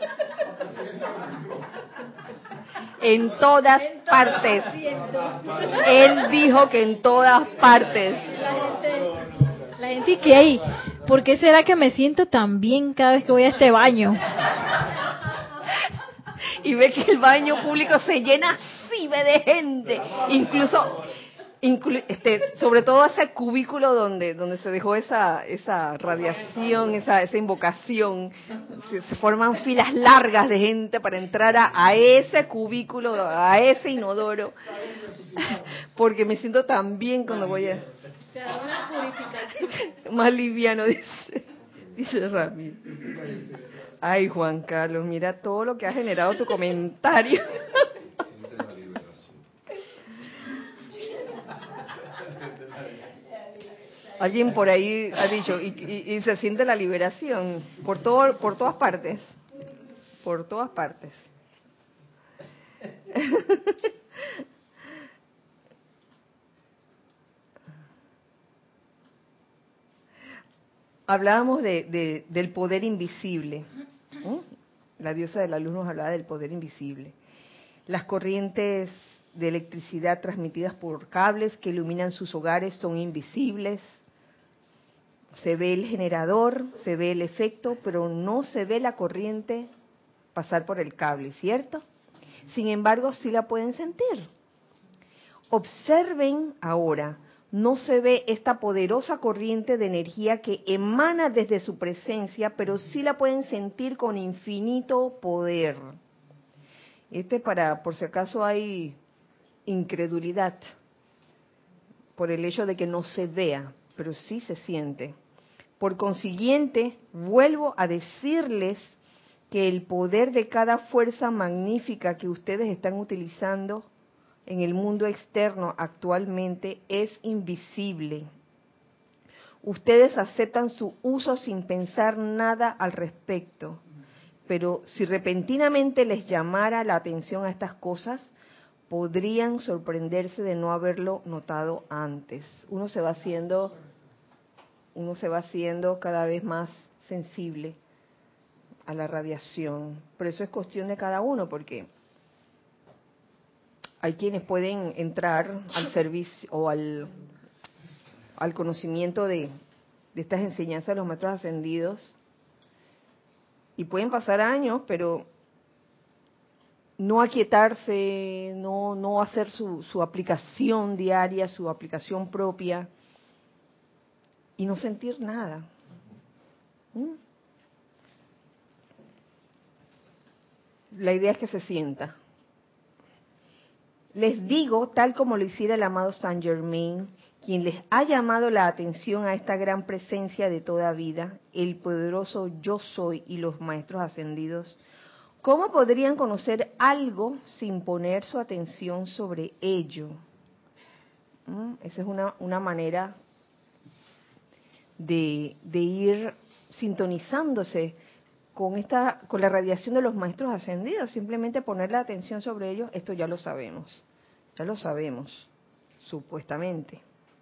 En todas partes. Él dijo que en todas partes. La gente que hay, ¿por qué será que me siento tan bien cada vez que voy a este baño? Y ve que el baño público se llena así de gente. Incluso sobre todo ese cubículo donde se dejó esa radiación, esa invocación, se forman filas largas de gente para entrar a ese cubículo, a ese inodoro, porque me siento tan bien cuando voy a... Más liviano, dice Ramiro. Ay, Juan Carlos, mira todo lo que ha generado tu comentario. Alguien por ahí ha dicho, y se siente la liberación por todas partes. Por todas partes. Hablábamos del poder invisible. La diosa de la luz nos hablaba del poder invisible. Las corrientes de electricidad transmitidas por cables que iluminan sus hogares son invisibles. Se ve el generador, se ve el efecto, pero no se ve la corriente pasar por el cable, ¿cierto? Sin embargo, sí la pueden sentir. Observen ahora, no se ve esta poderosa corriente de energía que emana desde su presencia, pero sí la pueden sentir con infinito poder. Por si acaso hay incredulidad, por el hecho de que no se vea, pero sí se siente. Por consiguiente, vuelvo a decirles que el poder de cada fuerza magnífica que ustedes están utilizando en el mundo externo actualmente es invisible. Ustedes aceptan su uso sin pensar nada al respecto, pero si repentinamente les llamara la atención a estas cosas, podrían sorprenderse de no haberlo notado antes. Uno se va haciendo cada vez más sensible a la radiación. Pero eso es cuestión de cada uno, porque hay quienes pueden entrar al servicio o al conocimiento de estas enseñanzas de los maestros ascendidos y pueden pasar años, pero no aquietarse, no hacer su aplicación diaria, su aplicación propia y no sentir nada. La idea es que se sienta. Les digo, tal como lo hiciera el amado Saint Germain, quien les ha llamado la atención a esta gran presencia de toda vida, el poderoso Yo Soy y los maestros ascendidos, ¿cómo podrían conocer algo sin poner su atención sobre ello? Esa es una manera de ir sintonizándose con la radiación de los maestros ascendidos, simplemente poner la atención sobre ellos. Esto ya lo sabemos, supuestamente.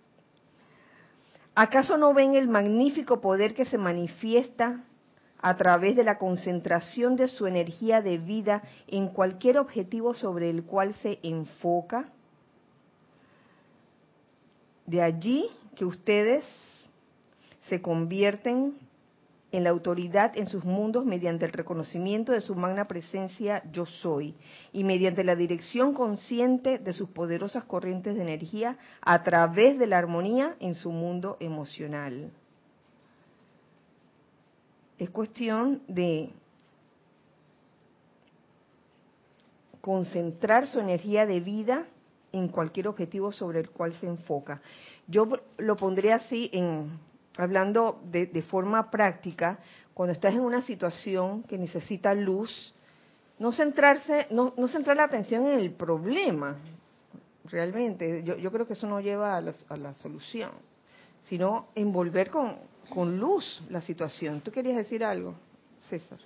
¿Acaso no ven el magnífico poder que se manifiesta a través de la concentración de su energía de vida en cualquier objetivo sobre el cual se enfoca? De allí que ustedes se convierten en la autoridad en sus mundos mediante el reconocimiento de su magna presencia Yo Soy y mediante la dirección consciente de sus poderosas corrientes de energía a través de la armonía en su mundo emocional. Es cuestión de concentrar su energía de vida en cualquier objetivo sobre el cual se enfoca. Yo lo pondría así hablando de forma práctica, cuando estás en una situación que necesita luz, no centrar la atención en el problema, realmente. Yo creo que eso no lleva a la solución, sino envolver con luz la situación. ¿Tú querías decir algo, César?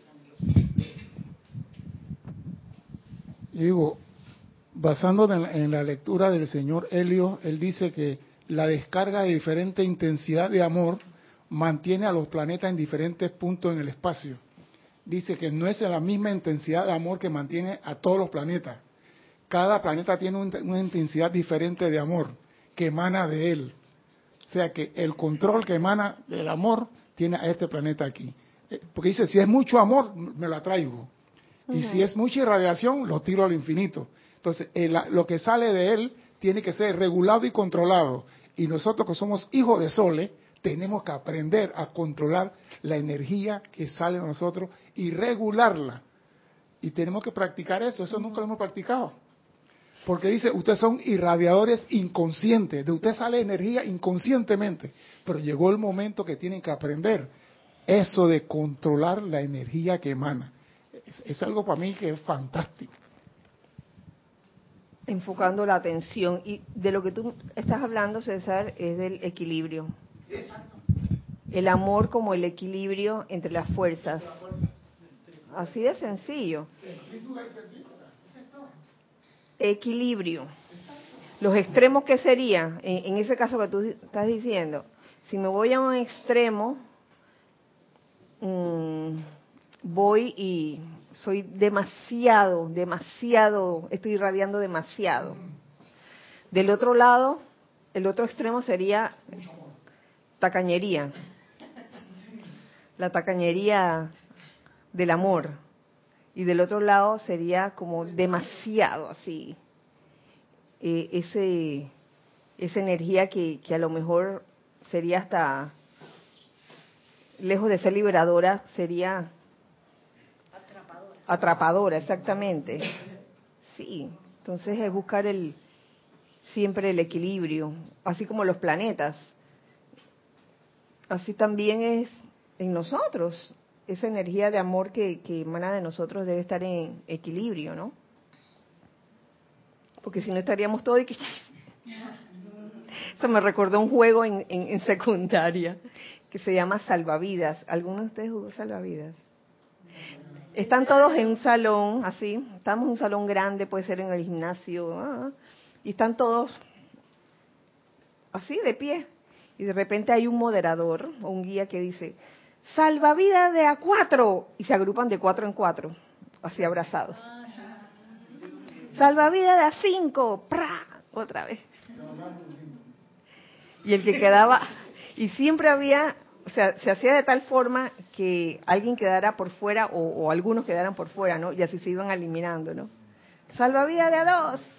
Yo digo, basándonos en la lectura del señor Helios, él dice que la descarga de diferente intensidad de amor mantiene a los planetas en diferentes puntos en el espacio. Dice que no es la misma intensidad de amor que mantiene a todos los planetas. Cada planeta tiene una intensidad diferente de amor que emana de él. O sea que el control que emana del amor tiene a este planeta aquí. Porque dice, si es mucho amor, me lo atraigo. Y si es mucha irradiación, lo tiro al infinito. Entonces, lo que sale de él tiene que ser regulado y controlado. Y nosotros que somos hijos de Sole, tenemos que aprender a controlar la energía que sale de nosotros y regularla. Y tenemos que practicar eso. Eso nunca lo hemos practicado. Porque dice, ustedes son irradiadores inconscientes. De usted sale energía inconscientemente. Pero llegó el momento que tienen que aprender eso de controlar la energía que emana. Es algo para mí que es fantástico. Enfocando la atención. Y de lo que tú estás hablando, César, es del equilibrio. Exacto. El amor como el equilibrio entre las fuerzas. Así de sencillo. Equilibrio. Los extremos, ¿qué sería? En ese caso que tú estás diciendo, si me voy a un extremo, voy y soy demasiado, estoy irradiando demasiado. Del otro lado, el otro extremo sería tacañería. La tacañería del amor. Y del otro lado sería como demasiado así. Esa energía que a lo mejor sería hasta, lejos de ser liberadora, sería atrapadora, exactamente. Sí, entonces es buscar siempre el equilibrio, así como los planetas. Así también es en nosotros. Esa energía de amor que emana de nosotros debe estar en equilibrio, ¿no? Porque si no estaríamos todos y que... Eso me recordó un juego en secundaria que se llama Salvavidas. ¿Alguno de ustedes jugó Salvavidas? Están todos en un salón, así. Estamos en un salón grande, puede ser en el gimnasio. Y están todos así, de pie. Y de repente hay un moderador o un guía que dice, salvavidas de a 4. Y se agrupan de 4 en 4, así abrazados. salvavidas de a 5, ¡pra! Otra vez. Y el que quedaba, y siempre había, o sea, se hacía de tal forma que alguien quedara por fuera o algunos quedaran por fuera, ¿no? Y así se iban eliminando, ¿no? Salvavidas de a 2.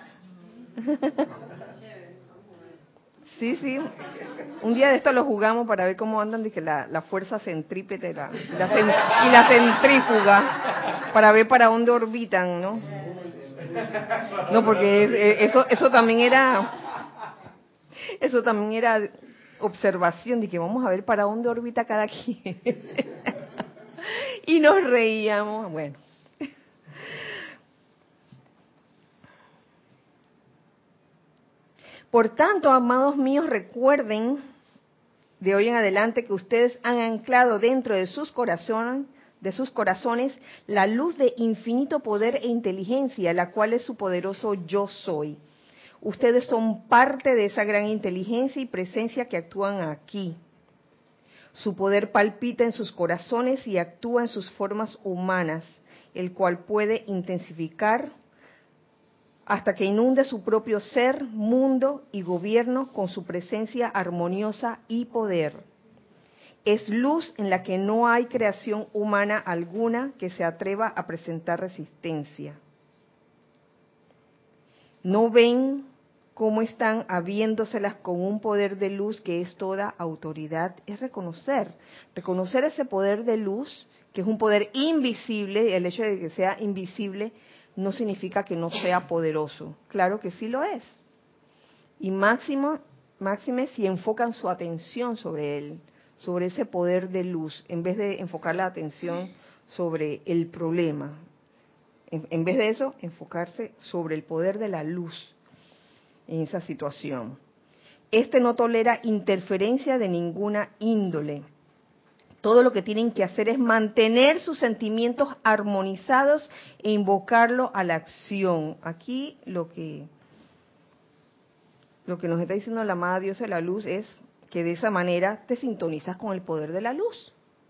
Sí, sí. Un día de esto lo jugamos para ver cómo andan de que la fuerza centrípeta y la centrífuga, para ver para dónde orbitan, ¿no? No, porque eso también era observación de que vamos a ver para dónde orbita cada quien. Y nos reíamos, bueno. Por tanto, amados míos, recuerden de hoy en adelante que ustedes han anclado dentro de sus corazones la luz de infinito poder e inteligencia, la cual es su poderoso yo soy. Ustedes son parte de esa gran inteligencia y presencia que actúan aquí. Su poder palpita en sus corazones y actúa en sus formas humanas, el cual puede intensificar hasta que inunde su propio ser, mundo y gobierno con su presencia armoniosa y poder. Es luz en la que no hay creación humana alguna que se atreva a presentar resistencia. ¿No ven cómo están habiéndoselas con un poder de luz que es toda autoridad? Es reconocer ese poder de luz, que es un poder invisible. El hecho de que sea invisible no significa que no sea poderoso. Claro que sí lo es. Y máxime si enfocan su atención sobre él, sobre ese poder de luz, en vez de enfocar la atención sobre el problema. En vez de eso, enfocarse sobre el poder de la luz en esa situación. Este no tolera interferencia de ninguna índole. Todo lo que tienen que hacer es mantener sus sentimientos armonizados e invocarlo a la acción. Aquí lo que nos está diciendo la amada diosa de la luz es que de esa manera te sintonizas con el poder de la luz.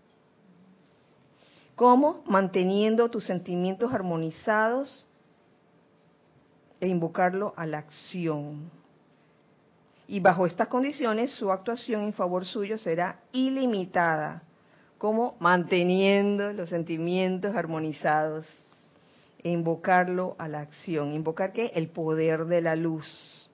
¿Cómo? Manteniendo tus sentimientos armonizados e invocarlo a la acción. Y bajo estas condiciones, su actuación en favor suyo será ilimitada. ¿Cómo? Manteniendo los sentimientos armonizados e invocarlo a la acción. ¿Invocar qué? El poder de la luz.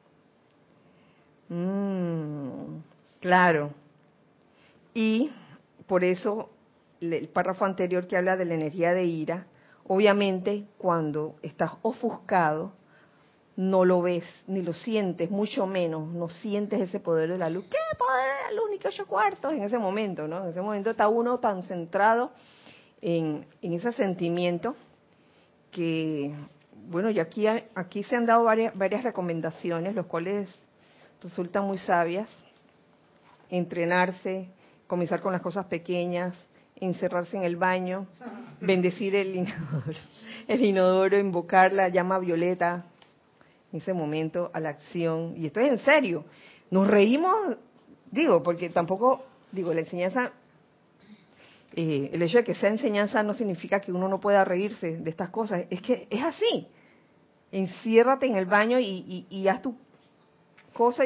Claro. Y por eso el párrafo anterior que habla de la energía de ira, obviamente cuando estás ofuscado, no lo ves, ni lo sientes, mucho menos, no sientes ese poder de la luz. ¿Qué poder de la luz? Ni que 8 cuartos en ese momento, ¿no? En ese momento está uno tan centrado en ese sentimiento que, bueno, y aquí se han dado varias recomendaciones, los cuales resultan muy sabias. Entrenarse, comenzar con las cosas pequeñas, encerrarse en el baño, bendecir el inodoro, invocar la llama violeta, en ese momento a la acción. Y esto es en serio. Nos reímos, porque tampoco, la enseñanza, el hecho de que sea enseñanza no significa que uno no pueda reírse de estas cosas. Es que es así. Enciérrate en el baño y haz tu cosa,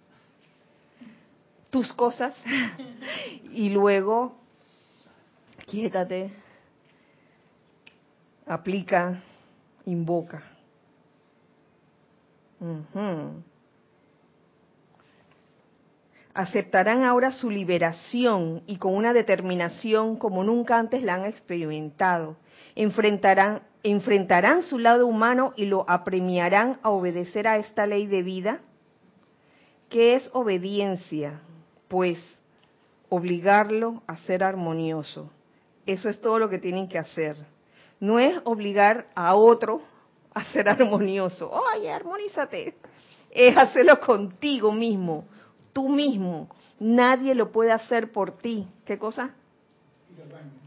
tus cosas, y luego quiétate, aplica, invoca. Aceptarán ahora su liberación y con una determinación como nunca antes la han experimentado. Enfrentarán su lado humano y lo apremiarán a obedecer a esta ley de vida. ¿Qué es obediencia? Pues obligarlo a ser armonioso. Eso es todo lo que tienen que hacer. No es obligar a otro a ser armonioso. Oye, armonízate. Es hacerlo contigo mismo, tú mismo. Nadie lo puede hacer por ti. ¿Qué cosa? Ir al baño.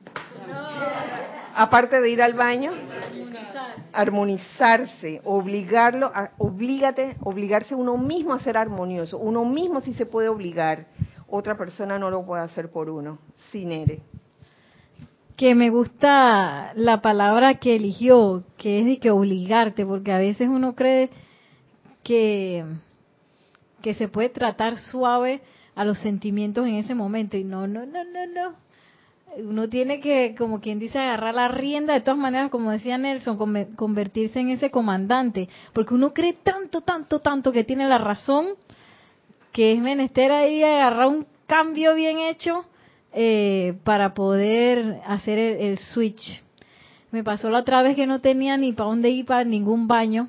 Aparte de ir al baño, armonizarse, obligarse uno mismo a ser armonioso. Uno mismo sí se puede obligar. Otra persona no lo puede hacer por uno. Sinere. que me gusta la palabra que eligió, que es de que obligarte, porque a veces uno cree que se puede tratar suave a los sentimientos en ese momento, y no. Uno tiene que, como quien dice, agarrar la rienda, de todas maneras, como decía Nelson, convertirse en ese comandante, porque uno cree tanto que tiene la razón, que es menester ahí agarrar un cambio bien hecho para poder hacer el switch. Me pasó la otra vez que no tenía ni para dónde ir para ningún baño.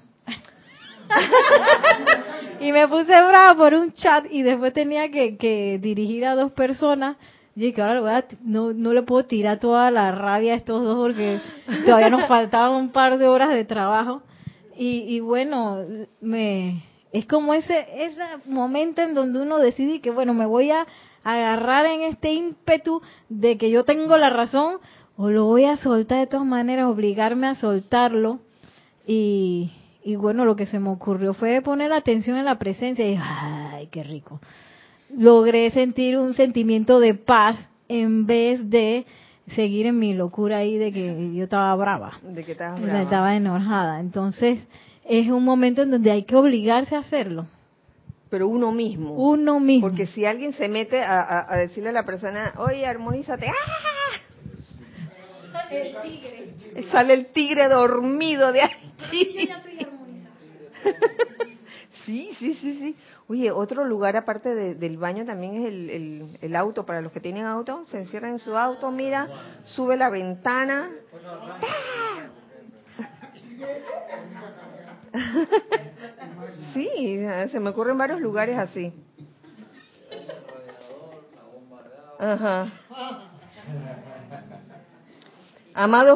Y me puse brava por un chat y después tenía que dirigir a 2 personas. Y que ahora no le puedo tirar toda la rabia a estos 2 porque todavía nos faltaban un par de horas de trabajo. Y bueno, es como ese momento en donde uno decide que bueno, me voy a agarrar en este ímpetu de que yo tengo la razón, o lo voy a soltar de todas maneras, obligarme a soltarlo. Y bueno, lo que se me ocurrió fue poner atención en la presencia y ¡ay, qué rico! Logré sentir un sentimiento de paz en vez de seguir en mi locura ahí de que yo estaba brava. De que estabas brava. Estaba enojada. Entonces, es un momento en donde hay que obligarse a hacerlo. Pero uno mismo. Uno mismo. Porque si alguien se mete a decirle a la persona, oye, armonízate, ¡ah! El tigre. Sale el tigre dormido de allí. Yo ya estoy armonizada. Sí. Oye, otro lugar aparte del baño también es el auto. Para los que tienen auto, se encierran en su auto, mira, sube la ventana. Sí, se me ocurren varios lugares así. Ajá. Amados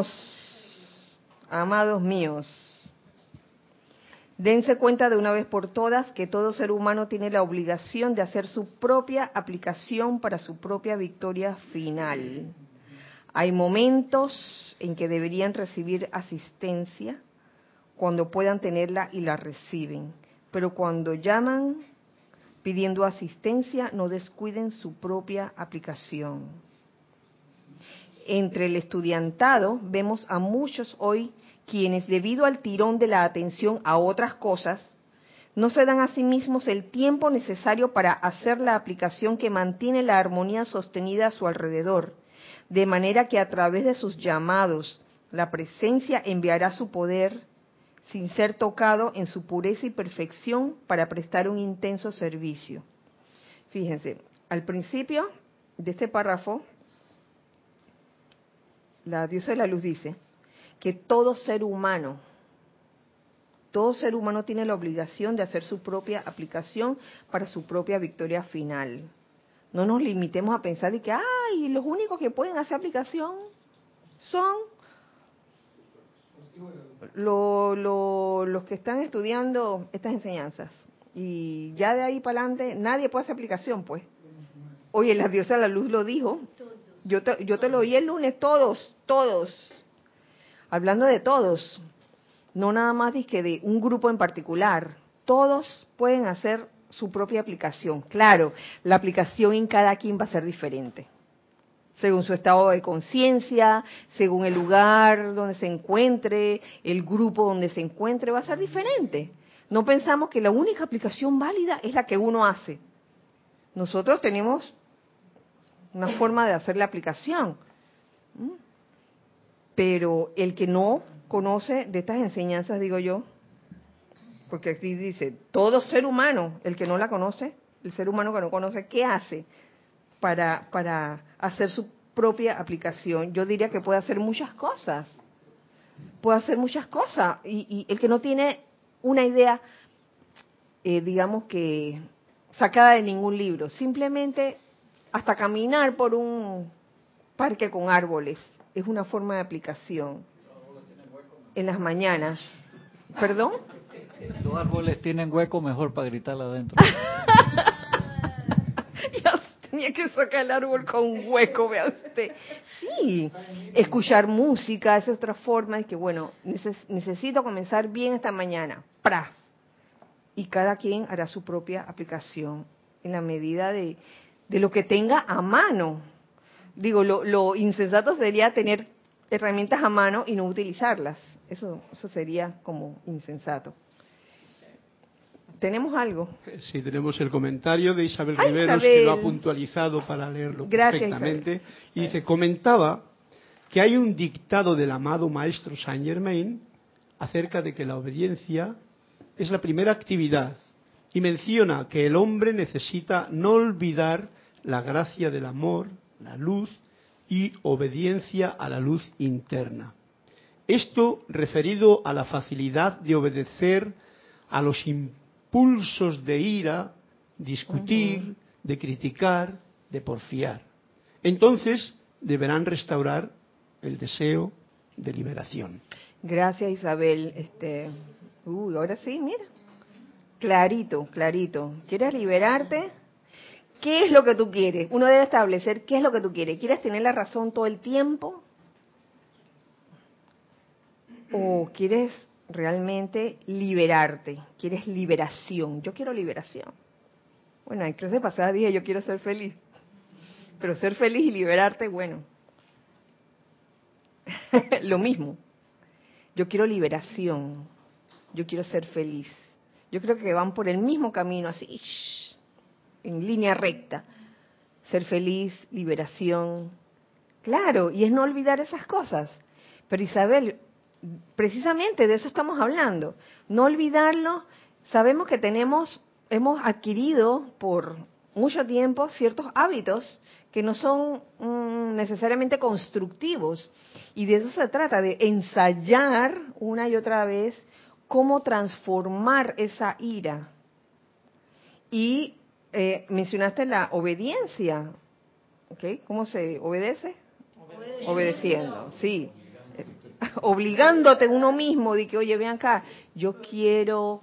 míos, dense cuenta de una vez por todas que todo ser humano tiene la obligación de hacer su propia aplicación para su propia victoria final. Hay momentos en que deberían recibir asistencia, cuando puedan tenerla y la reciben, pero cuando llaman pidiendo asistencia, no descuiden su propia aplicación. Entre el estudiantado vemos a muchos hoy quienes, debido al tirón de la atención a otras cosas, no se dan a sí mismos el tiempo necesario para hacer la aplicación que mantiene la armonía sostenida a su alrededor, de manera que a través de sus llamados, la presencia enviará su poder sin ser tocado en su pureza y perfección para prestar un intenso servicio. Fíjense, al principio de este párrafo, la diosa de la luz dice que todo ser humano tiene la obligación de hacer su propia aplicación para su propia victoria final. No nos limitemos a pensar de que, ay, los únicos que pueden hacer aplicación son los que están estudiando estas enseñanzas. Y ya de ahí para adelante nadie puede hacer aplicación, pues. Oye, la diosa de la luz lo dijo. Yo te lo oí el lunes, todos. Hablando de todos, no nada más de un grupo en particular. Todos pueden hacer su propia aplicación. Claro, la aplicación en cada quien va a ser diferente, según su estado de conciencia, según el lugar donde se encuentre, el grupo donde se encuentre, va a ser diferente. No pensamos que la única aplicación válida es la que uno hace. Nosotros tenemos una forma de hacer la aplicación. Pero el que no conoce de estas enseñanzas, digo yo, porque aquí dice, todo ser humano, el que no la conoce, el ser humano que no conoce, ¿qué hace para hacer su propia aplicación? Yo diría que puede hacer muchas cosas. Y el que no tiene una idea, digamos que sacada de ningún libro, simplemente hasta caminar por un parque con árboles es una forma de aplicación. En las mañanas. ¿Perdón? Los árboles tienen hueco, mejor para gritar adentro. Ya tenía que sacar el árbol con hueco, vea usted. Sí, escuchar música, esa es otra forma de que, bueno, necesito comenzar bien esta mañana. ¡Pra! Y cada quien hará su propia aplicación en la medida de lo que tenga a mano. Digo, lo insensato sería tener herramientas a mano y no utilizarlas. Eso sería como insensato. ¿Tenemos algo? Sí, tenemos el comentario de Isabel ¡Ay, Riveros, Isabel! que lo ha puntualizado para leerlo Gracias, perfectamente. Y dice, comentaba que hay un dictado del amado Maestro Saint Germain acerca de que la obediencia es la primera actividad y menciona que el hombre necesita no olvidar la gracia del amor, la luz y obediencia a la luz interna. Esto referido a la facilidad de obedecer a los impulsos de ira, discutir, de criticar, de porfiar. Entonces deberán restaurar el deseo de liberación. Gracias, Isabel. Ahora sí, mira. Clarito, clarito. ¿Quieres liberarte? ¿Qué es lo que tú quieres? Uno debe establecer qué es lo que tú quieres. ¿Quieres tener la razón todo el tiempo? ¿O quieres realmente liberarte? ¿Quieres liberación? Yo quiero liberación. Bueno, en clase pasada dije yo quiero ser feliz. Pero ser feliz y liberarte, bueno. Lo mismo. Yo quiero liberación. Yo quiero ser feliz. Yo creo que van por el mismo camino, así, en línea recta. Ser feliz, liberación. Claro, y es no olvidar esas cosas. Pero Isabel, precisamente de eso estamos hablando. No olvidarlo. Sabemos que hemos adquirido por mucho tiempo ciertos hábitos que no son necesariamente constructivos. Y de eso se trata, de ensayar una y otra vez cómo transformar esa ira. Y mencionaste la obediencia. ¿Okay? ¿Cómo se obedece? Obedeciendo, sí. Obligándote uno mismo de que, oye, ven acá, yo quiero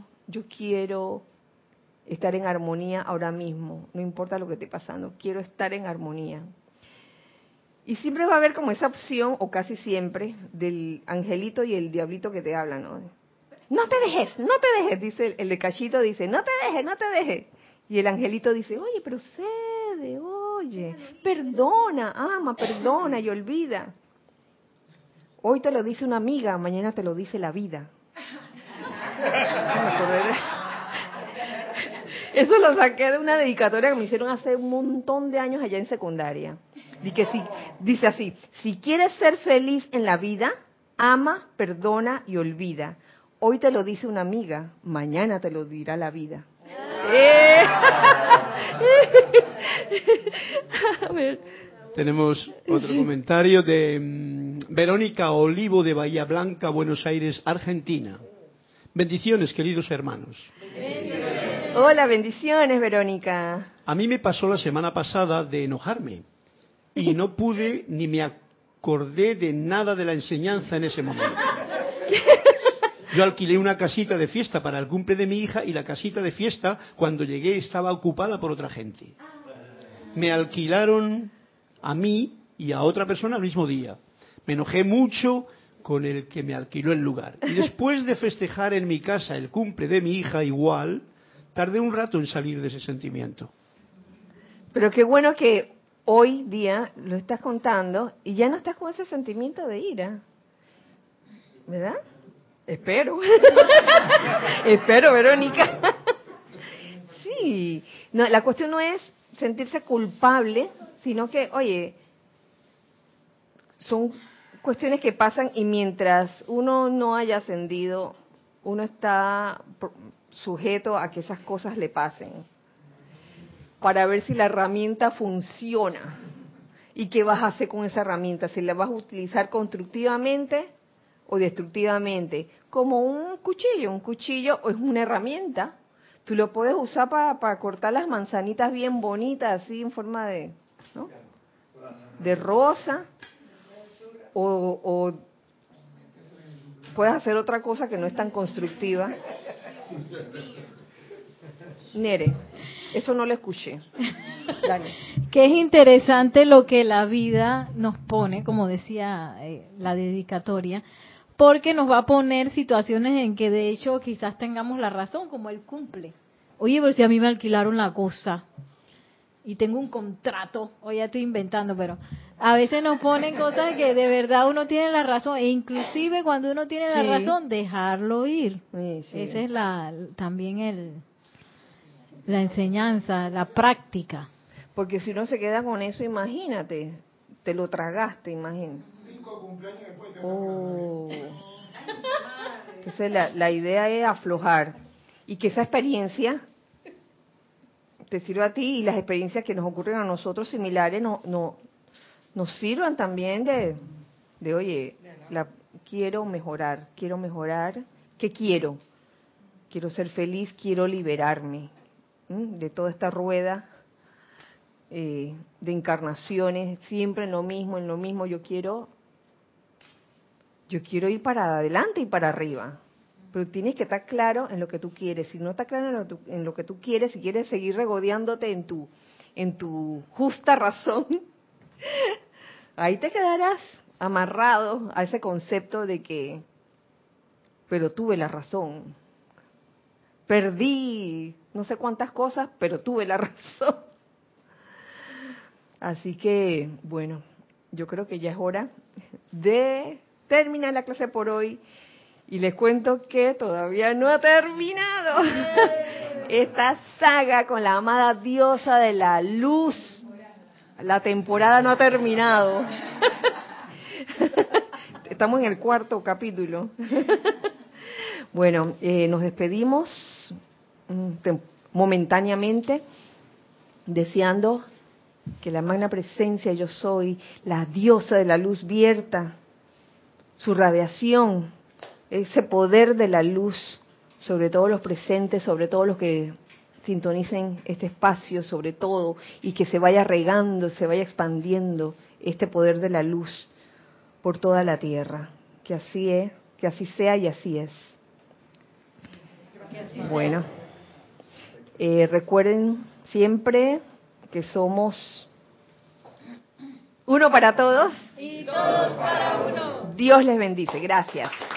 estar en armonía ahora mismo, no importa lo que esté pasando, quiero estar en armonía. Y siempre va a haber como esa opción, o casi siempre, del angelito y el diablito que te hablan, ¿no? No te dejes, dice el de Cachito, dice, no te dejes. Y el angelito dice, oye, pero cede, oye, perdona, ama, perdona y olvida. Hoy te lo dice una amiga, mañana te lo dice la vida. Eso lo saqué de una dedicatoria que me hicieron hace un montón de años allá en secundaria. Y que dice así, si quieres ser feliz en la vida, ama, perdona y olvida. Hoy te lo dice una amiga, mañana te lo dirá la vida. A ver. Tenemos otro comentario de Verónica Olivo de Bahía Blanca, Buenos Aires, Argentina. Bendiciones, queridos hermanos. Hola, bendiciones, Verónica. A mí me pasó la semana pasada de enojarme y no pude ni me acordé de nada de la enseñanza en ese momento. Yo alquilé una casita de fiesta para el cumple de mi hija y la casita de fiesta, cuando llegué, estaba ocupada por otra gente. Me alquilaron a mí y a otra persona al mismo día. Me enojé mucho con el que me alquiló el lugar. Y después de festejar en mi casa el cumple de mi hija igual, tardé un rato en salir de ese sentimiento. Pero qué bueno que hoy día lo estás contando y ya no estás con ese sentimiento de ira. ¿Verdad? Espero. Espero, Verónica. Sí. No, la cuestión no es sentirse culpable, sino que, oye, son cuestiones que pasan y mientras uno no haya ascendido, uno está sujeto a que esas cosas le pasen, para ver si la herramienta funciona y qué vas a hacer con esa herramienta, si la vas a utilizar constructivamente o destructivamente, como un cuchillo es una herramienta, tú lo puedes usar para cortar las manzanitas bien bonitas, así en forma de, ¿no?, de rosa, o puedes hacer otra cosa que no es tan constructiva. Nere, eso no lo escuché. Dale. Que es interesante lo que la vida nos pone, como decía la dedicatoria, porque nos va a poner situaciones en que de hecho quizás tengamos la razón, como el cumple. Oye, pero si a mí me alquilaron la cosa, y tengo un contrato, o ya estoy inventando, pero a veces nos ponen cosas que de verdad uno tiene la razón, e inclusive cuando uno tiene la razón, dejarlo ir. Sí. Esa es también la enseñanza, la práctica. Porque si uno se queda con eso, imagínate, te lo tragaste, imagínate. 5 cumpleaños después. Entonces la idea es aflojar y que esa experiencia te sirva a ti y las experiencias que nos ocurren a nosotros similares nos sirvan también de oye, quiero mejorar, ¿qué quiero? Quiero ser feliz, quiero liberarme de toda esta rueda de encarnaciones, siempre en lo mismo, yo quiero ir para adelante y para arriba. Pero tienes que estar claro en lo que tú quieres. Si no estás claro en lo que tú quieres, si quieres seguir regodeándote en tu justa razón, ahí te quedarás amarrado a ese concepto de que, pero tuve la razón. Perdí no sé cuántas cosas, pero tuve la razón. Así que, bueno, yo creo que ya es hora de terminar la clase por hoy. Y les cuento que todavía no ha terminado esta saga con la amada diosa de la luz. La temporada no ha terminado. Estamos en el 4º capítulo. Bueno, nos despedimos momentáneamente, deseando que la magna presencia yo soy, la diosa de la luz, vierta su radiación, ese poder de la luz sobre todos los presentes, sobre todos los que sintonicen este espacio, sobre todo, y que se vaya regando, se vaya expandiendo este poder de la luz por toda la tierra. Que así es, que así sea y así es. Bueno, recuerden siempre que somos uno para todos y todos para uno. Dios les bendice. Gracias.